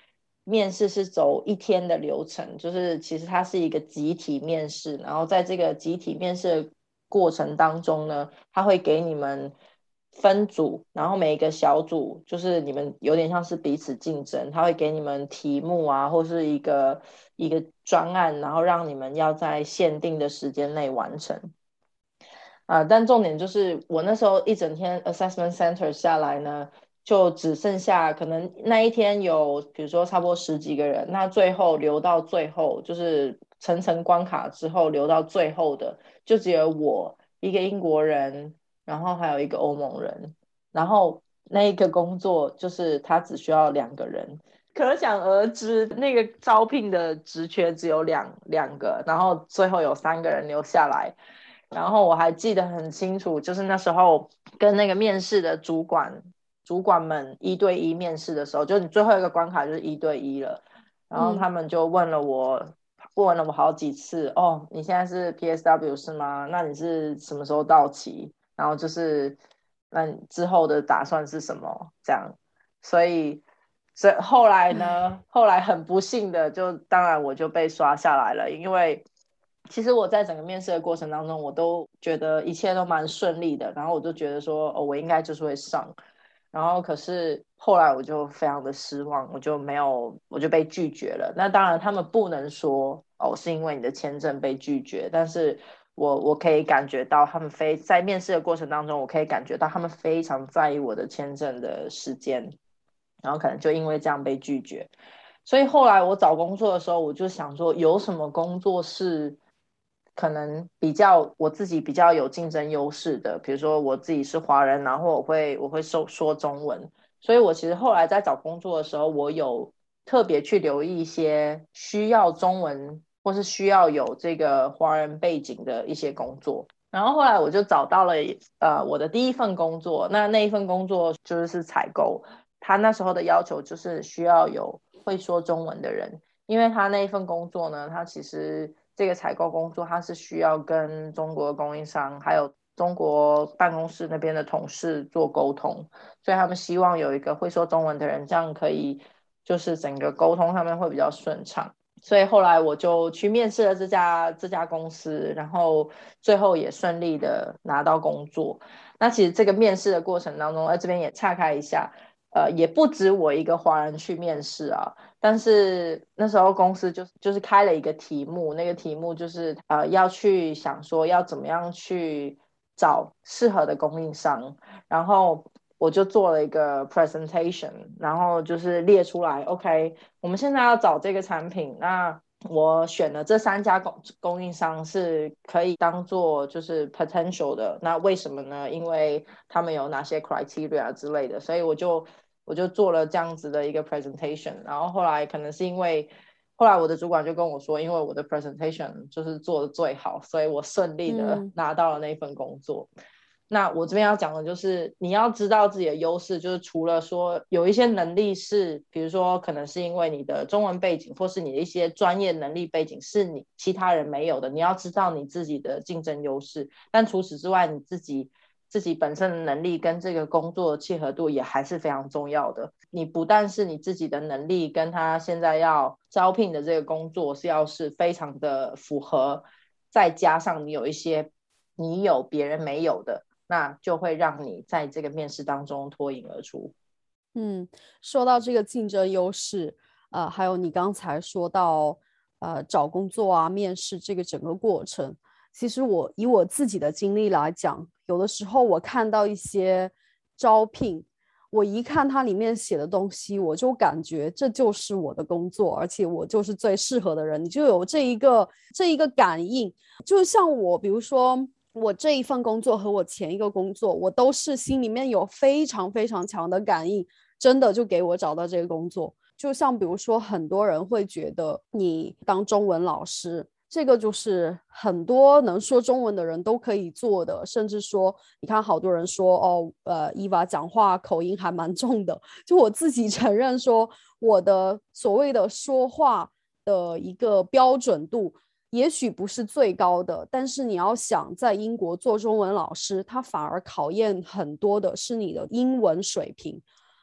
Speaker 3: 面试是走一天的流程，就是其实它是一个集体面试，然后在这个集体面试的过程当中呢，它会给你们分组，然后每一个小组就是你们有点像是彼此竞争，它会给你们题目啊，或是一个一个专案，然后让你们要在限定的时间内完成。啊，但重点就是我那时候一整天 assessment center 下来呢，就只剩下可能那一天有比如说差不多十几个人，那最后留到最后就是层层关卡之后留到最后的就只有我一个英国人，然后还有一个欧盟人，然后那一个工作就是他只需要两个人，可想而知那个招聘的职缺只有两两个，然后最后有三个人留下来。然后我还记得很清楚，就是那时候跟那个面试的主管主管们一对一面试的时候，就你最后一个关卡就是一对一了，然后他们就问了我、嗯、问了我好几次，哦，你现在是 P S W 是吗？那你是什么时候到期？然后就是那你之后的打算是什么？这样，所以所以后来呢，后来很不幸的就当然我就被刷下来了，因为其实我在整个面试的过程当中，我都觉得一切都蛮顺利的，然后我就觉得说，哦，我应该就是会上，然后可是后来我就非常的失望，我就没有，我就被拒绝了。那当然他们不能说，哦，是因为你的签证被拒绝，但是我我可以感觉到他们非在面试的过程当中，我可以感觉到他们非常在意我的签证的时间，然后可能就因为这样被拒绝。所以后来我找工作的时候，我就想说，有什么工作是可能比较我自己比较有竞争优势的，比如说我自己是华人，然后我会我会说说中文，所以我其实后来在找工作的时候，我有特别去留意一些需要中文或是需要有这个华人背景的一些工作。然后后来我就找到了呃我的第一份工作，那那一份工作就是采购，他那时候的要求就是需要有会说中文的人，因为他那一份工作呢，他其实这个采购工作他是需要跟中国供应商还有中国办公室那边的同事做沟通，所以他们希望有一个会说中文的人，这样可以就是整个沟通上面会比较顺畅。所以后来我就去面试了这家这家公司，然后最后也顺利的拿到工作。那其实这个面试的过程当中，在这边也岔开一下，呃，也不止我一个华人去面试啊，但是那时候公司就就是开了一个题目，那个题目就是呃要去想说要怎么样去找适合的供应商，然后我就做了一个 presentation， 然后就是列出来 OK 我们现在要找这个产品，那我选了这三家供供应商是可以当做就是 potential 的，那为什么呢？因为他们有哪些 criteria 之类的，所以我就我就做了这样子的一个 presentation， 然后后来可能是因为后来我的主管就跟我说，因为我的 presentation 就是做的最好，所以我顺利的拿到了那份工作。嗯，那我这边要讲的就是你要知道自己的优势，就是除了说有一些能力是比如说可能是因为你的中文背景或是你的一些专业能力背景是你其他人没有的，你要知道你自己的竞争优势，但除此之外你自己自己本身的能力跟这个工作的契合度也还是非常重要的。你不但是你自己的能力跟他现在要招聘的这个工作是要是非常的符合，再加上你有一些你有别人没有的，那就会让你在这个面试当中脱颖而出。
Speaker 2: 嗯，说到这个竞争优势，呃，还有你刚才说到呃找工作啊、面试这个整个过程，其实我以我自己的经历来讲，有的时候我看到一些招聘，我一看它里面写的东西，我就感觉这就是我的工作，而且我就是最适合的人，你就有这一个这一个感应。就像我比如说我这一份工作和我前一个工作，我都是心里面有非常非常强的感应，真的就给我找到这个工作。就像比如说很多人会觉得你当中文老师，这个就是很多能说中文的人都可以做的，甚至说你看好多人说哦，呃，Eva 讲话口音还蛮重的，就我自己承认说我的所谓的说话的一个标准度也许不是最高的，但是你要想在英国做中文老师，他反而考验很多的是你的英文水平，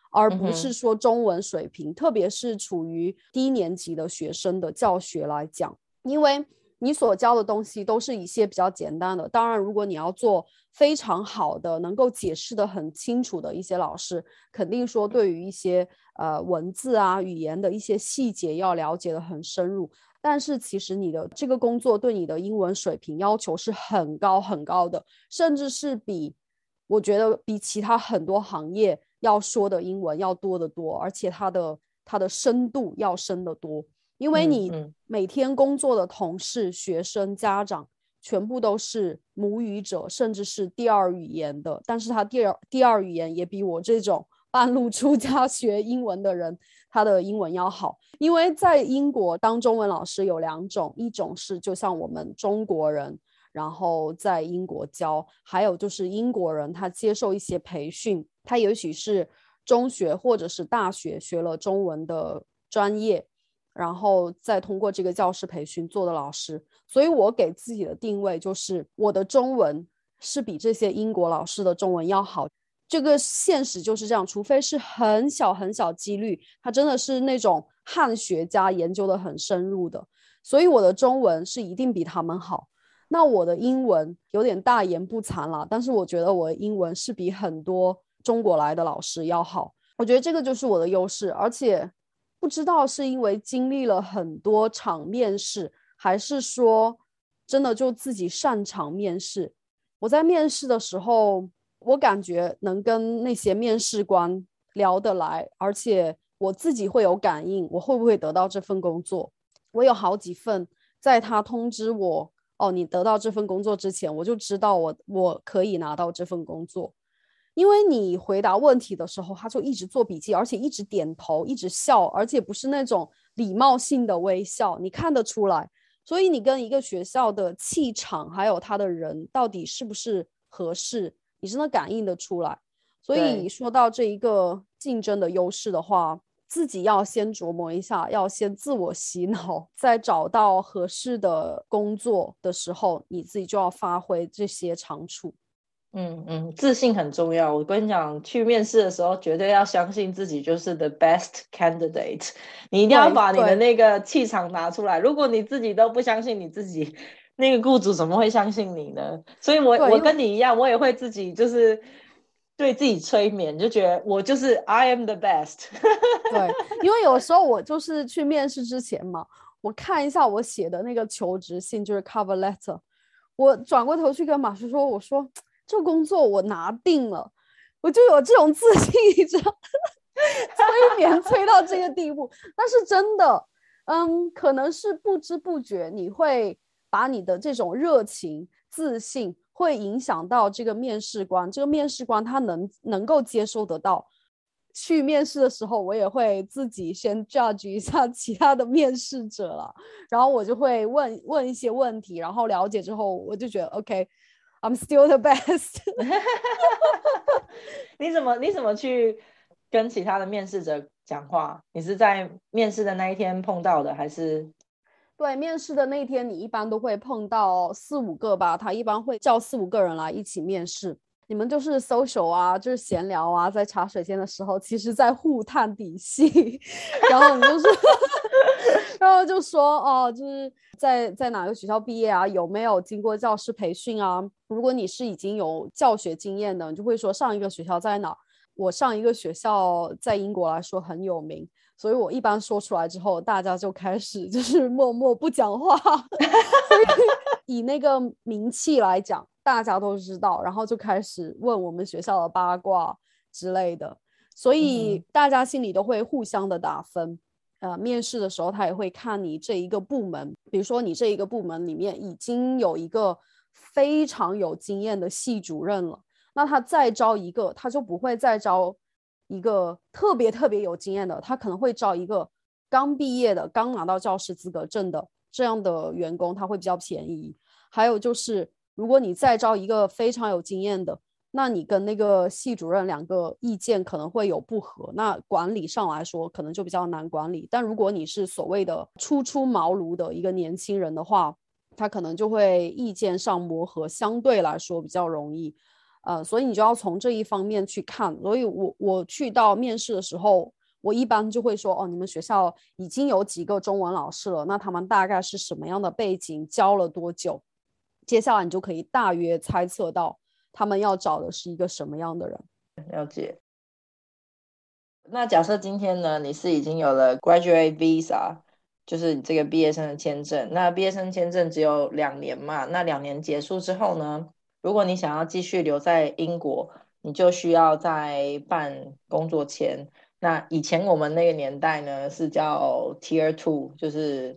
Speaker 2: 而不是说中文水平、嗯、特别是处于低年级的学生的教学来讲，因为你所教的东西都是一些比较简单的，当然如果你要做非常好的能够解释得很清楚的一些老师，肯定说对于一些呃文字啊语言的一些细节要了解得很深入，但是其实你的这个工作对你的英文水平要求是很高很高的，甚至是比我觉得比其他很多行业要说的英文要多得多，而且它的它的深度要深得多，因为你每天工作的同事、学生、家长全部都是母语者，甚至是第二语言的，但是他第二第二语言也比我这种半路出家学英文的人他的英文要好。因为在英国当中文老师有两种，一种是就像我们中国人然后在英国教，还有就是英国人他接受一些培训，他也许是中学或者是大学学了中文的专业，然后再通过这个教师培训做的老师，所以我给自己的定位就是我的中文是比这些英国老师的中文要好，这个现实就是这样，除非是很小很小几率，他真的是那种汉学家研究的很深入的，所以我的中文是一定比他们好。那我的英文有点大言不惭了，但是我觉得我的英文是比很多中国来的老师要好，我觉得这个就是我的优势。而且不知道是因为经历了很多场面试，还是说真的就自己擅长面试，我在面试的时候我感觉能跟那些面试官聊得来，而且我自己会有感应我会不会得到这份工作。我有好几份在他通知我哦你得到这份工作之前，我就知道我我可以拿到这份工作，因为你回答问题的时候他就一直做笔记，而且一直点头一直笑，而且不是那种礼貌性的微笑，你看得出来，所以你跟一个学校的气场还有他的人到底是不是合适，你真的感应得出来。所以说到这一个竞争的优势的话，自己要先琢磨一下，要先自我洗脑，在找到合适的工作的时候你自己就要发挥这些长处。
Speaker 3: 嗯嗯，自信很重要。我跟你讲，去面试的时候绝对要相信自己就是 the best candidate， 你一定要把你的那个气场拿出来。如果你自己都不相信你自己，那个雇主怎么会相信你呢？所以我我跟你一样，我也会自己就是对自己催眠，就觉得我就是 I am the best
Speaker 2: 对，因为有时候我就是去面试之前嘛，我看一下我写的那个求职信，就是 cover letter， 我转过头去跟马叔说，我说这个工作我拿定了，我就有这种自信，你知道催眠催到这个地步。但是真的嗯，可能是不知不觉你会把你的这种热情自信会影响到这个面试官，这个面试官他能能够接收得到。去面试的时候我也会自己先 judge 一下其他的面试者了，然后我就会问问一些问题，然后了解之后我就觉得 OK I'm still the best
Speaker 3: 你怎么你怎么去跟其他的面试者讲话？你是在面试的那一天碰到的还是？
Speaker 2: 对，面试的那天你一般都会碰到四五个吧，他一般会叫四五个人来一起面试，你们就是 social 啊，就是闲聊啊，在茶水间的时候其实在互探底细然后你就是然后就说哦，就是在在哪个学校毕业啊，有没有经过教师培训啊，如果你是已经有教学经验的，你就会说上一个学校在哪。我上一个学校在英国来说很有名，所以我一般说出来之后大家就开始就是默默不讲话所以以那个名气来讲大家都知道，然后就开始问我们学校的八卦之类的，所以大家心里都会互相的打分。呃，面试的时候他也会看你这一个部门，比如说你这一个部门里面已经有一个非常有经验的系主任了，那他再招一个他就不会再招一个特别特别有经验的，他可能会招一个刚毕业的刚拿到教师资格证的这样的员工，他会比较便宜。还有就是如果你再招一个非常有经验的，那你跟那个系主任两个意见可能会有不合，那管理上来说可能就比较难管理。但如果你是所谓的初出茅庐的一个年轻人的话，他可能就会意见上磨合相对来说比较容易。 呃，所以你就要从这一方面去看。所以我我去到面试的时候，我一般就会说，哦，你们学校已经有几个中文老师了，那他们大概是什么样的背景，教了多久，接下来你就可以大约猜测到他们要找的是一个什么样的人。
Speaker 3: 了解。那假设今天呢，你是已经有了 graduate visa， 就是你这个毕业生的签证，那毕业生签证只有两年嘛，那两年结束之后呢，如果你想要继续留在英国，你就需要再办工作签。那以前我们那个年代呢是叫 Tier two， 就是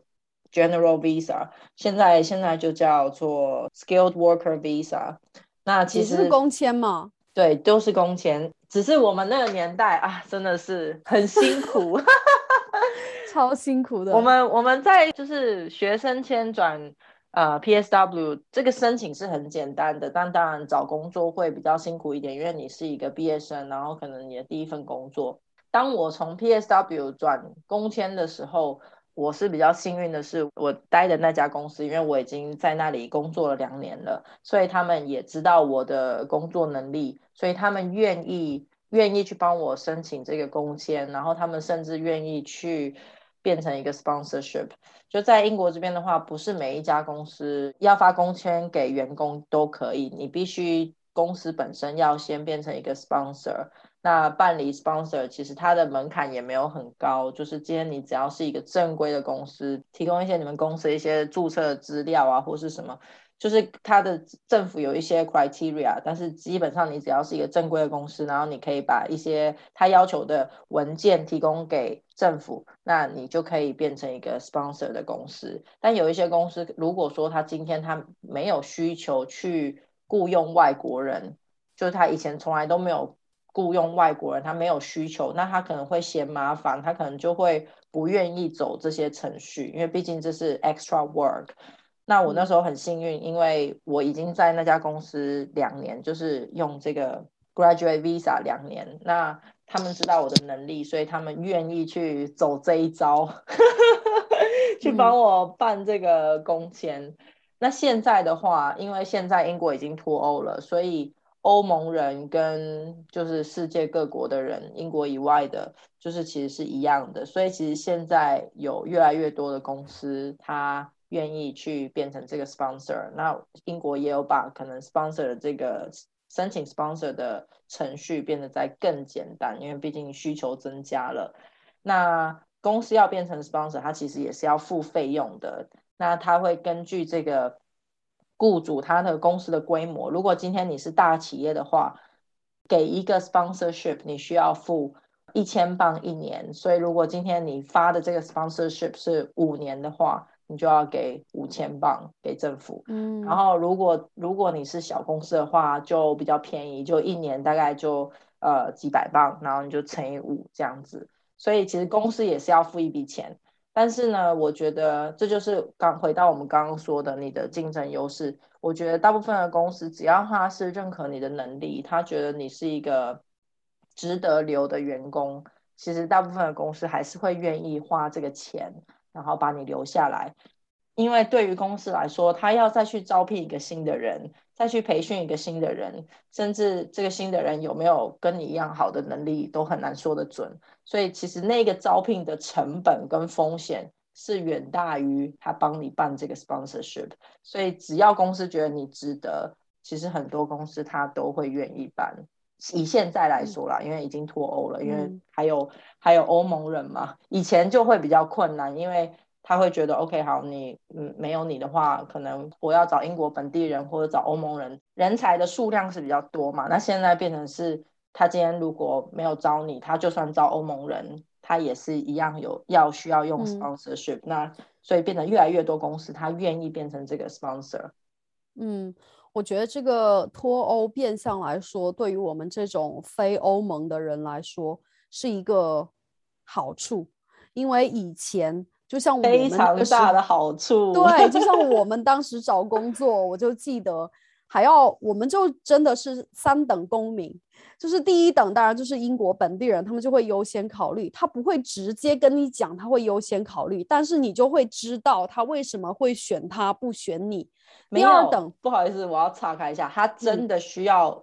Speaker 3: General Visa， 现在现在就叫做 Skilled Worker Visa。那其实
Speaker 2: 也是工签嘛，
Speaker 3: 对，都是工签，只是我们那个年代啊，真的是很辛苦，
Speaker 2: 超辛苦的。
Speaker 3: 我们我们在就是学生签转呃 P S W 这个申请是很简单的，但当然找工作会比较辛苦一点，因为你是一个毕业生，然后可能你的第一份工作。当我从 P S W 转工签的时候，我是比较幸运的是，我待的那家公司，因为我已经在那里工作了两年了，所以他们也知道我的工作能力，所以他们愿意愿意去帮我申请这个工签，然后他们甚至愿意去变成一个 sponsorship。就在英国这边的话，不是每一家公司要发工签给员工都可以，你必须公司本身要先变成一个 sponsor。那办理 sponsor 其实它的门槛也没有很高，就是今天你只要是一个正规的公司，提供一些你们公司的一些注册资料啊，或是什么，就是它的政府有一些 criteria， 但是基本上你只要是一个正规的公司，然后你可以把一些他要求的文件提供给政府，那你就可以变成一个 sponsor 的公司。但有一些公司如果说他今天他没有需求去雇用外国人，就是他以前从来都没有雇用外国人，他没有需求，那他可能会嫌麻烦，他可能就会不愿意走这些程序，因为毕竟这是 extra work。那我那时候很幸运，因为我已经在那家公司两年，就是用这个 graduate visa 两年，那他们知道我的能力，所以他们愿意去走这一招去帮我办这个工签。嗯、那现在的话，因为现在英国已经脱欧了，所以欧盟人跟就是世界各国的人，英国以外的，就是其实是一样的，所以其实现在有越来越多的公司，它愿意去变成这个 sponsor。那英国也有把可能 sponsor 的这个申请 sponsor 的程序变得再更简单，因为毕竟需求增加了。那公司要变成 sponsor， 它其实也是要付费用的。那它会根据这个雇主他的公司的规模，如果今天你是大企业的话，给一个 sponsorship 你需要付一千磅一年，所以如果今天你发的这个 sponsorship 是五年的话，你就要给五千磅给政府。嗯，然后如果如果你是小公司的话，就比较便宜，就一年大概就呃几百磅，然后你就乘以五这样子。所以其实公司也是要付一笔钱。但是呢，我觉得这就是刚回到我们刚刚说的你的竞争优势。我觉得大部分的公司只要他是认可你的能力，他觉得你是一个值得留的员工，其实大部分的公司还是会愿意花这个钱，然后把你留下来。因为对于公司来说，他要再去招聘一个新的人，再去培训一个新的人，甚至这个新的人有没有跟你一样好的能力都很难说得准。所以其实那个招聘的成本跟风险是远大于他帮你办这个 sponsorship。 所以只要公司觉得你值得，其实很多公司他都会愿意办。以现在来说啦，因为已经脱欧了，因为还有还有欧盟人嘛，以前就会比较困难，因为他会觉得 OK 好，你嗯没有你的话，可能我要找英国本地人或者找欧盟人，人才的数量是比较多嘛。那现在变成是他今天如果没有招你，他就算招欧盟人，他也是一样有要需要用 sponsorship、嗯、那所以变得越来越多公司他愿意变成这个 sponsor。
Speaker 2: 嗯，我觉得这个脱欧变相来说，对于我们这种非欧盟的人来说是一个好处，因为以前就像我们
Speaker 3: 非常大的好处，
Speaker 2: 对，就像我们当时找工作，我就记得还要我们就真的是三等公民，就是第一等当然就是英国本地人，他们就会优先考虑，他不会直接跟你讲他会优先考虑，但是你就会知道他为什么会选他不选你。第二等，
Speaker 3: 不好意思我要岔开一下，他真的需要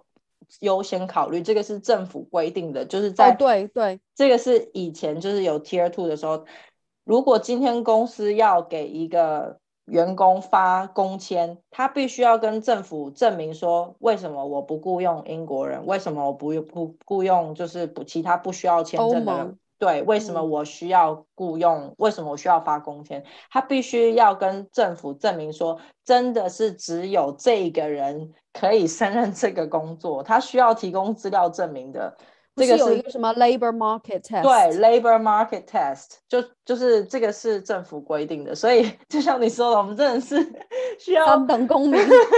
Speaker 3: 优先考虑，这个是政府规定的，就是在、
Speaker 2: 哦、对对，
Speaker 3: 这个是以前就是有 Tier two 的时候，如果今天公司要给一个员工发工签，他必须要跟政府证明说，为什么我不雇佣英国人，为什么我不不雇佣就是不其他不需要签证的人，对，为什么我需要雇佣、嗯、为什么我需要发工签，他必须要跟政府证明说，真的是只有这个人可以胜任这个工作，他需要提供资料证明的。
Speaker 2: 不是有一个什么 labor market test？
Speaker 3: 对 labor market test 就就是这个是政府规定的，所以就像你说的，我们真的是需要
Speaker 2: 三等公民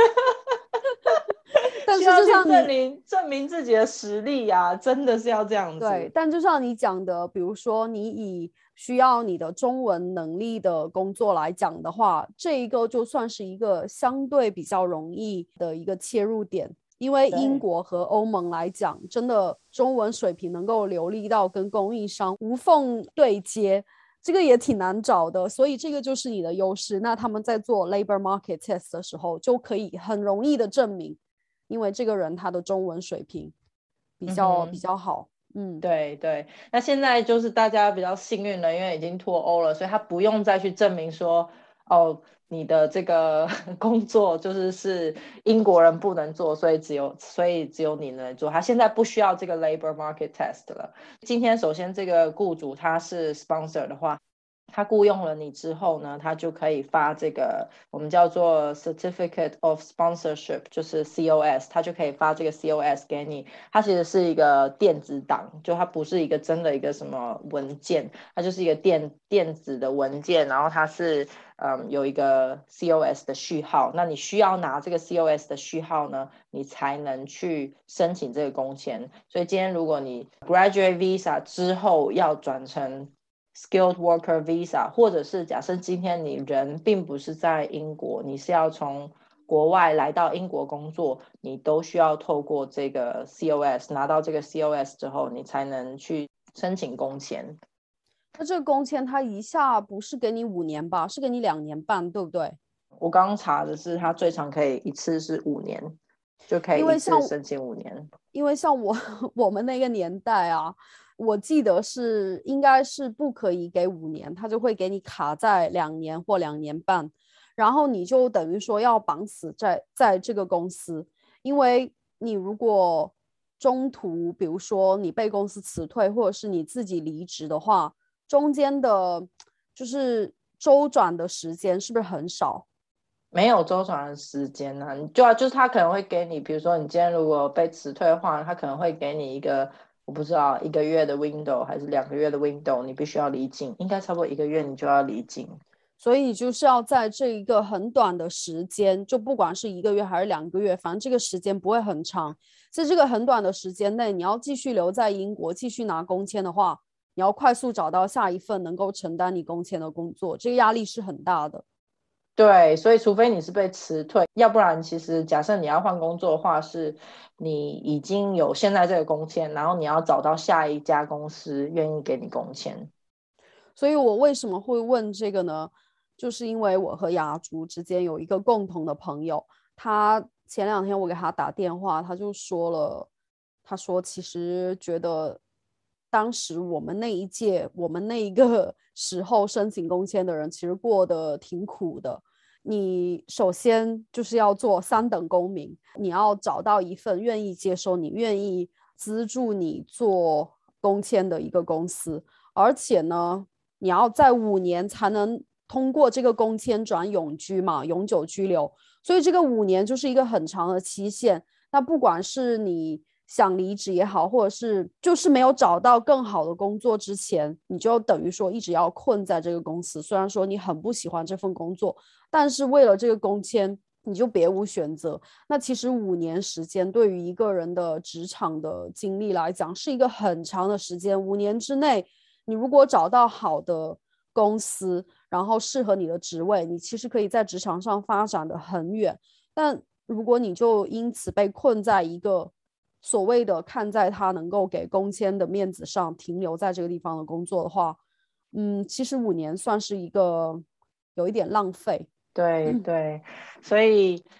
Speaker 2: 但是就像
Speaker 3: 你证明证明自己的实力啊，真的是要这样子。
Speaker 2: 对，但就像你讲的，比如说你以需要你的中文能力的工作来讲的话，这一个就算是一个相对比较容易的一个切入点，因为英国和欧盟来讲，真的中文水平能够流利到跟供应商无缝对接，这个也挺难找的，所以这个就是你的优势。那他们在做 labor market test 的时候，就可以很容易的证明，因为这个人他的中文水平比较、嗯、比较好。嗯，
Speaker 3: 对对。那现在就是大家比较幸运了，因为已经脱欧了，所以他不用再去证明说，哦，你的这个工作就是是英国人不能做，所以只有所以只有你能做。他现在不需要这个 labor market test 了。今天首先这个雇主他是 sponsor 的话，他雇佣了你之后呢，他就可以发这个我们叫做 Certificate of Sponsorship， 就是 C O S， 他就可以发这个 C O S 给你。它其实是一个电子档，就它不是一个真的一个什么文件，它就是一个电电子的文件，然后它是嗯有一个 C O S 的序号。那你需要拿这个 C O S 的序号呢，你才能去申请这个工签。所以今天如果你 Graduate Visa 之后要转成Skilled Worker Visa， 或者是假设今天你人并不是在英国，你是要从国外来到英国工作，你都需要透过这个 C O S， 拿到这个 C O S 之后，你才能去申请工签。
Speaker 2: 那这个工签它一下不是给你五年吧，是给你两年半，对不对？
Speaker 3: 我刚刚查的是它最长可以一次是五年，就可以一次申请五年。
Speaker 2: 因为像我我们那个年代啊，我记得是应该是不可以给五年，他就会给你卡在两年或两年半，然后你就等于说要绑死在在这个公司。因为你如果中途比如说你被公司辞退，或者是你自己离职的话，中间的就是周转的时间是不是很少？
Speaker 3: 没有周转的时间啊，你就、啊、就是他可能会给你，比如说你今天如果被辞退的话，他可能会给你一个我不知道一个月的 window 还是两个月的 window， 你必须要离境，应该差不多一个月你就要离境。
Speaker 2: 所以你就是要在这一个很短的时间，就不管是一个月还是两个月，反正这个时间不会很长，在这个很短的时间内，你要继续留在英国继续拿工签的话，你要快速找到下一份能够承担你工签的工作，这个压力是很大的。
Speaker 3: 对，所以除非你是被辞退，要不然其实假设你要换工作的话，是你已经有现在这个工签，然后你要找到下一家公司愿意给你工签。
Speaker 2: 所以我为什么会问这个呢？就是因为我和雅竹之间有一个共同的朋友，他前两天我给他打电话，他就说了，他说其实觉得当时我们那一届我们那一个时候申请工签的人其实过得挺苦的。你首先就是要做三等公民，你要找到一份愿意接收你愿意资助你做工签的一个公司，而且呢你要在五年才能通过这个工签转永居嘛，永久居留，所以这个五年就是一个很长的期限。那不管是你想离职也好，或者是就是没有找到更好的工作之前，你就等于说一直要困在这个公司，虽然说你很不喜欢这份工作，但是为了这个工签你就别无选择。那其实五年时间对于一个人的职场的经历来讲是一个很长的时间，五年之内你如果找到好的公司，然后适合你的职位，你其实可以在职场上发展的很远。但如果你就因此被困在一个所谓的看在他能够给工签的面子上停留在这个地方的工作的话，嗯，其实五年算是一个有一点浪费。
Speaker 3: 对对，所以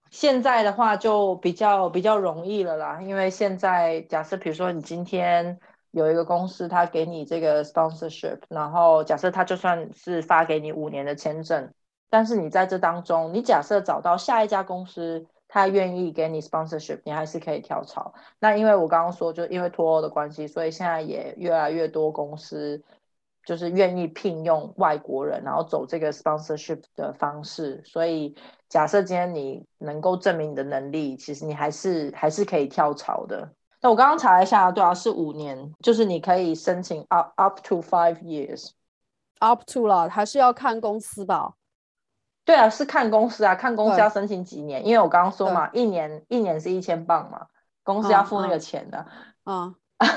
Speaker 3: 现在的话就比较比较容易了啦，因为现在假设比如说你今天有一个公司，他给你这个 sponsorship， 然后假设他就算是发给你五年的签证，但是你在这当中，你假设找到下一家公司，他愿意给你 sponsorship， 你还是可以跳槽。那因为我刚刚说，就因为脱欧的关系，所以现在也越来越多公司就是愿意聘用外国人，然后走这个 sponsorship 的方式。所以假设今天你能够证明你的能力，其实你还是还是可以跳槽的。那我刚刚查了一下，对啊，是五年，就是你可以申请 up up to five years。
Speaker 2: up to 了，还是要看公司吧？
Speaker 3: 对啊，是看公司啊，看公司要申请几年，因为我刚刚说嘛，一年一年是一千磅嘛，公司要付那个钱的。
Speaker 2: 嗯，
Speaker 3: 嗯、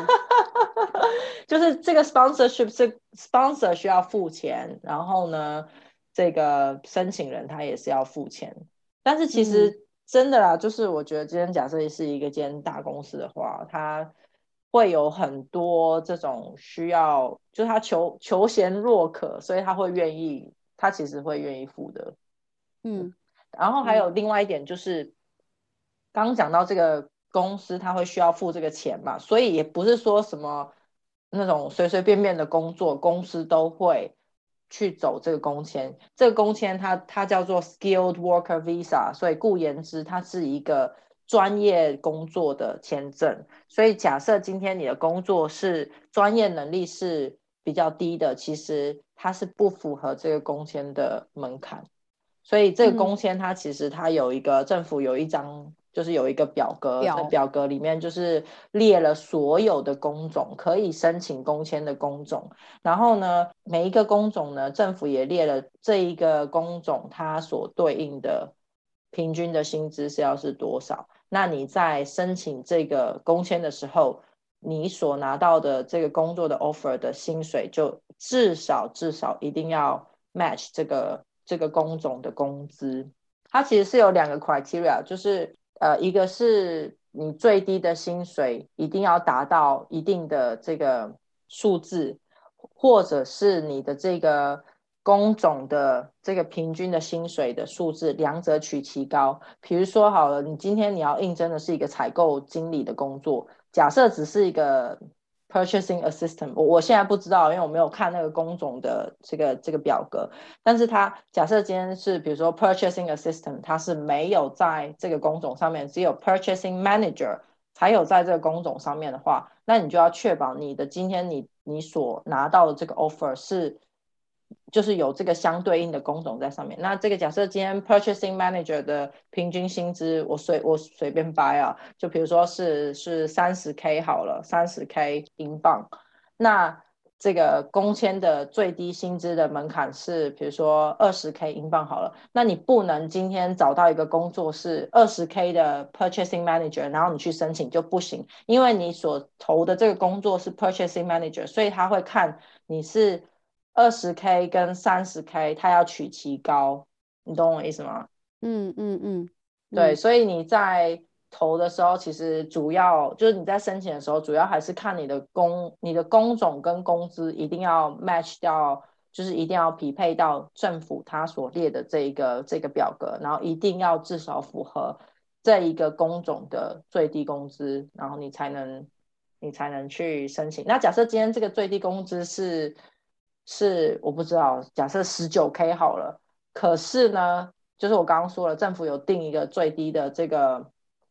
Speaker 3: 就是这个 sponsorship 是 sponsor 需要付钱，然后呢，这个申请人他也是要付钱。但是其实真的啦，嗯、就是我觉得今天假设是一个间大公司的话，它会有很多这种需要，就是他求求贤若渴，所以他会愿意。他其实会愿意付的。
Speaker 2: 嗯，
Speaker 3: 然后还有另外一点就是，刚刚讲到这个公司他会需要付这个钱嘛，所以也不是说什么那种随随便便的工作公司都会去走这个工签。这个工签它它叫做 skilled worker visa， 所以顾言之它是一个专业工作的签证。所以假设今天你的工作是专业能力是比较低的，其实它是不符合这个工签的门槛。所以这个工签它其实它有一个、嗯、政府有一张就是有一个表格，表, 表格里面就是列了所有的工种可以申请工签的工种，然后呢每一个工种呢政府也列了这一个工种它所对应的平均的薪资是要是多少。那你在申请这个工签的时候，你所拿到的这个工作的 offer 的薪水就至少至少一定要 match 这个这个工种的工资。它其实是有两个 criteria， 就是呃，一个是你最低的薪水一定要达到一定的这个数字，或者是你的这个工种的这个平均的薪水的数字，两者取其高。比如说好了，你今天你要应征的是一个采购经理的工作，假设只是一个 purchasing assistant， 我, 我现在不知道，因为我没有看那个工种的这个这个表格。但是他假设今天是比如说 purchasing assistant， 他是没有在这个工种上面，只有 purchasing manager 才有在这个工种上面的话，那你就要确保你的今天你你所拿到的这个 offer 是就是有这个相对应的工种在上面。那这个假设今天 purchasing manager 的平均薪资我随我随便掰啊，就比如说是是 三十K 好了， 三十K 英镑，那这个工签的最低薪资的门槛是比如说 二十K 英镑好了，那你不能今天找到一个工作是 二十K 的 purchasing manager， 然后你去申请就不行，因为你所投的这个工作是 purchasing manager， 所以他会看你是二十 K 跟三十 K， 他要取其高，你懂我意思吗？
Speaker 2: 嗯嗯嗯，
Speaker 3: 对，所以你在投的时候，其实主要就是你在申请的时候，主要还是看你的工、你的工种跟工资一定要 match 掉，就是一定要匹配到政府他所列的这一个这个表格，然后一定要至少符合这一个工种的最低工资，然后你才能你才能去申请。那假设今天这个最低工资是是我不知道，假设 十九K 好了，可是呢，就是我刚刚说了，政府有定一个最低的这个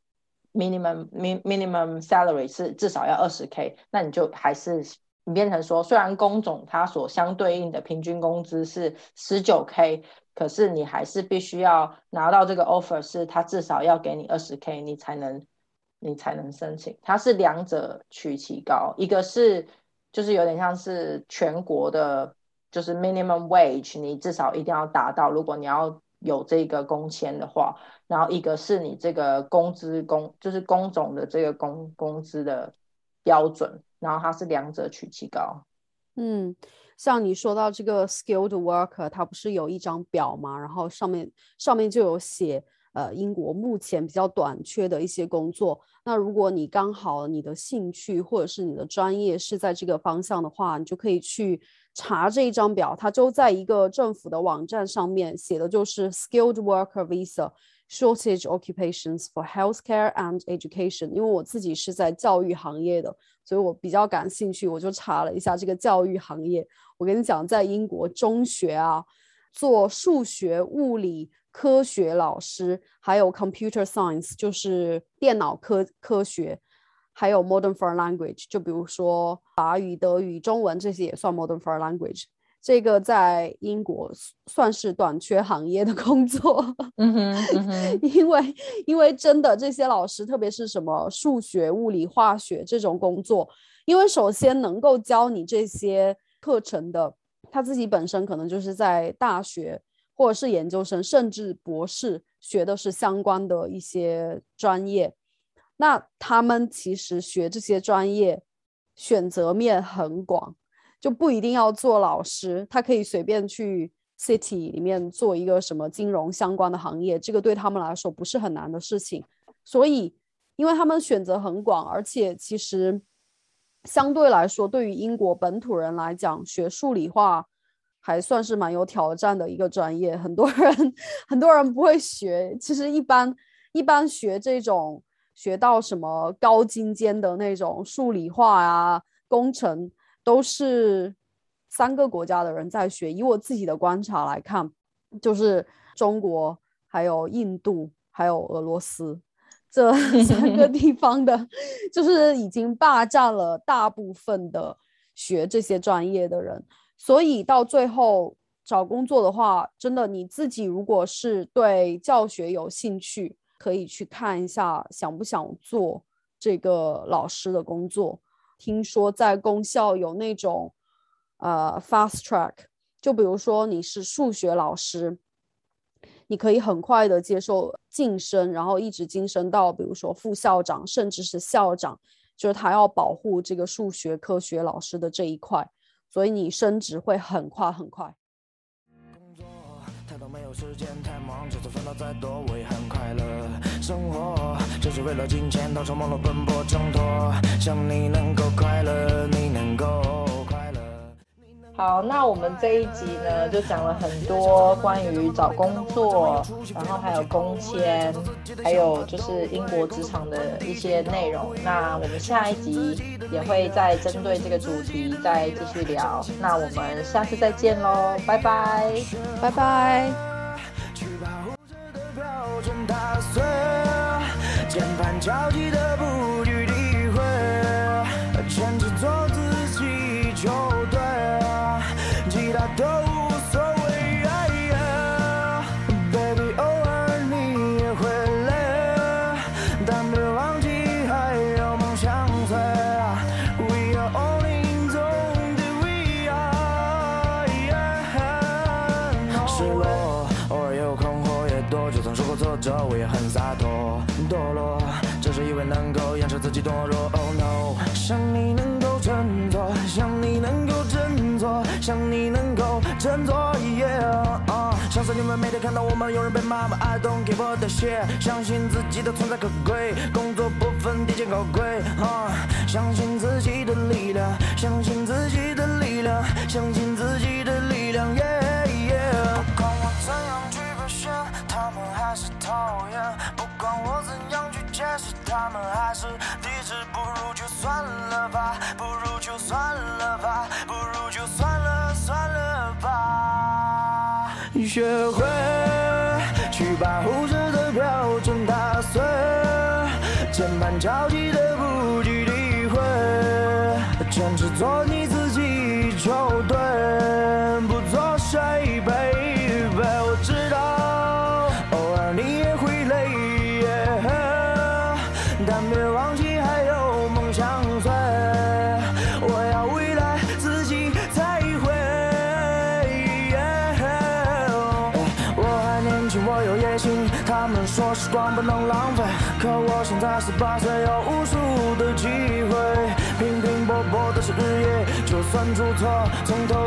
Speaker 3: minimum minimum salary 是至少要 二十K， 那你就还是你变成说，虽然工种它所相对应的平均工资是 十九K， 可是你还是必须要拿到这个 offer， 是它至少要给你 二十K， 你才能你才能申请。它是两者取其高，一个是就是有点像是全国的就是 minimum wage， 你至少一定要达到，如果你要有这个工签的话，然后一个是你这个工资工就是工种的这个工工资的标准，然后它是两者取其高。
Speaker 2: 嗯，像你说到这个 skilled worker， 它不是有一张表吗？然后上面上面就有写呃英国目前比较短缺的一些工作。那如果你刚好你的兴趣或者是你的专业是在这个方向的话，你就可以去查这一张表，它就在一个政府的网站上面写的就是 skilled worker visa， shortage occupations for healthcare and education。 因为我自己是在教育行业的，所以我比较感兴趣，我就查了一下这个教育行业。我跟你讲，在英国中学啊，做数学、物理、科学老师，还有 computer science 就是电脑科科学，还有 modern foreign language 就比如说法语、德语、中文，这些也算 modern foreign language。这个在英国算是短缺行业的工作。
Speaker 3: 嗯哼嗯哼
Speaker 2: 因为因为真的这些老师，特别是什么数学、物理、化学这种工作，因为首先能够教你这些课程的，他自己本身可能就是在大学或者是研究生甚至博士学的是相关的一些专业，那他们其实学这些专业选择面很广，就不一定要做老师，他可以随便去 City 里面做一个什么金融相关的行业，这个对他们来说不是很难的事情。所以因为他们选择很广，而且其实相对来说对于英国本土人来讲，学数理化还算是蛮有挑战的一个专业，很多人很多人不会学。其实一般一般学这种学到什么高精尖的那种数理化啊、工程，都是三个国家的人在学。以我自己的观察来看，就是中国、还有印度、还有俄罗斯这三个地方的，就是已经霸占了大部分的学这些专业的人。所以到最后找工作的话，真的你自己如果是对教学有兴趣，可以去看一下想不想做这个老师的工作。听说在公校有那种呃 fast track， 就比如说你是数学老师，你可以很快的接受晋升，然后一直晋升到比如说副校长甚至是校长，就是他要保护这个数学科学老师的这一块，所以你升职会很快很快。
Speaker 1: 工作太多没有时间，太忙，就算烦恼再多我也很快乐。生活就是为了金钱到处忙碌奔波挣脱，想你能够快乐，你能够快乐。
Speaker 3: 好，那我们这一集呢，就讲了很多关于找工作，然后还有工签，还有就是英国职场的一些内容。那我们下一集也会再针对这个主题再继续聊。那我们下次再见咯，拜拜，
Speaker 2: 拜拜。
Speaker 1: 去把活着的标准打碎，键盘敲击的不予理会，坚持做自己就对，其他都无所谓。Baby， 偶尔你也会累，但别忘记还有梦想追。We are only in zone that we are。失落，偶尔也有困惑，也多，就算受过挫折，我也很洒脱。堕落，只是以为能够掩饰自己懦弱。Oh no， 想你能够振作，想你能够振作，想你能够振作。Yeah， uh, 相信你们每天看到我们有人被骂吧 I don't give a shit， 相信自己的存在可贵，工作不分低贱高贵。Uh, 相信自己的力量，相信自己的力量，相信自己的力量。Yeah yeah， 不管我怎样去表现，他们还是讨厌；不管我怎样去解释，他们还是抵制。不如就算了吧，不如就算了吧，不如就算了算了吧。学会去把护着的标准打碎，键盘敲击的不予理会，坚持做你自己就对，不做谁 baby。 我知道偶尔你也会累、yeah， 但别忘记还有梦想追。我要未来自己才会、yeah， 我还年轻，我有野心，他们说时光不能浪费，可我现在十八岁，有无数的机会，拼拼搏搏的是日夜，就算出错，从头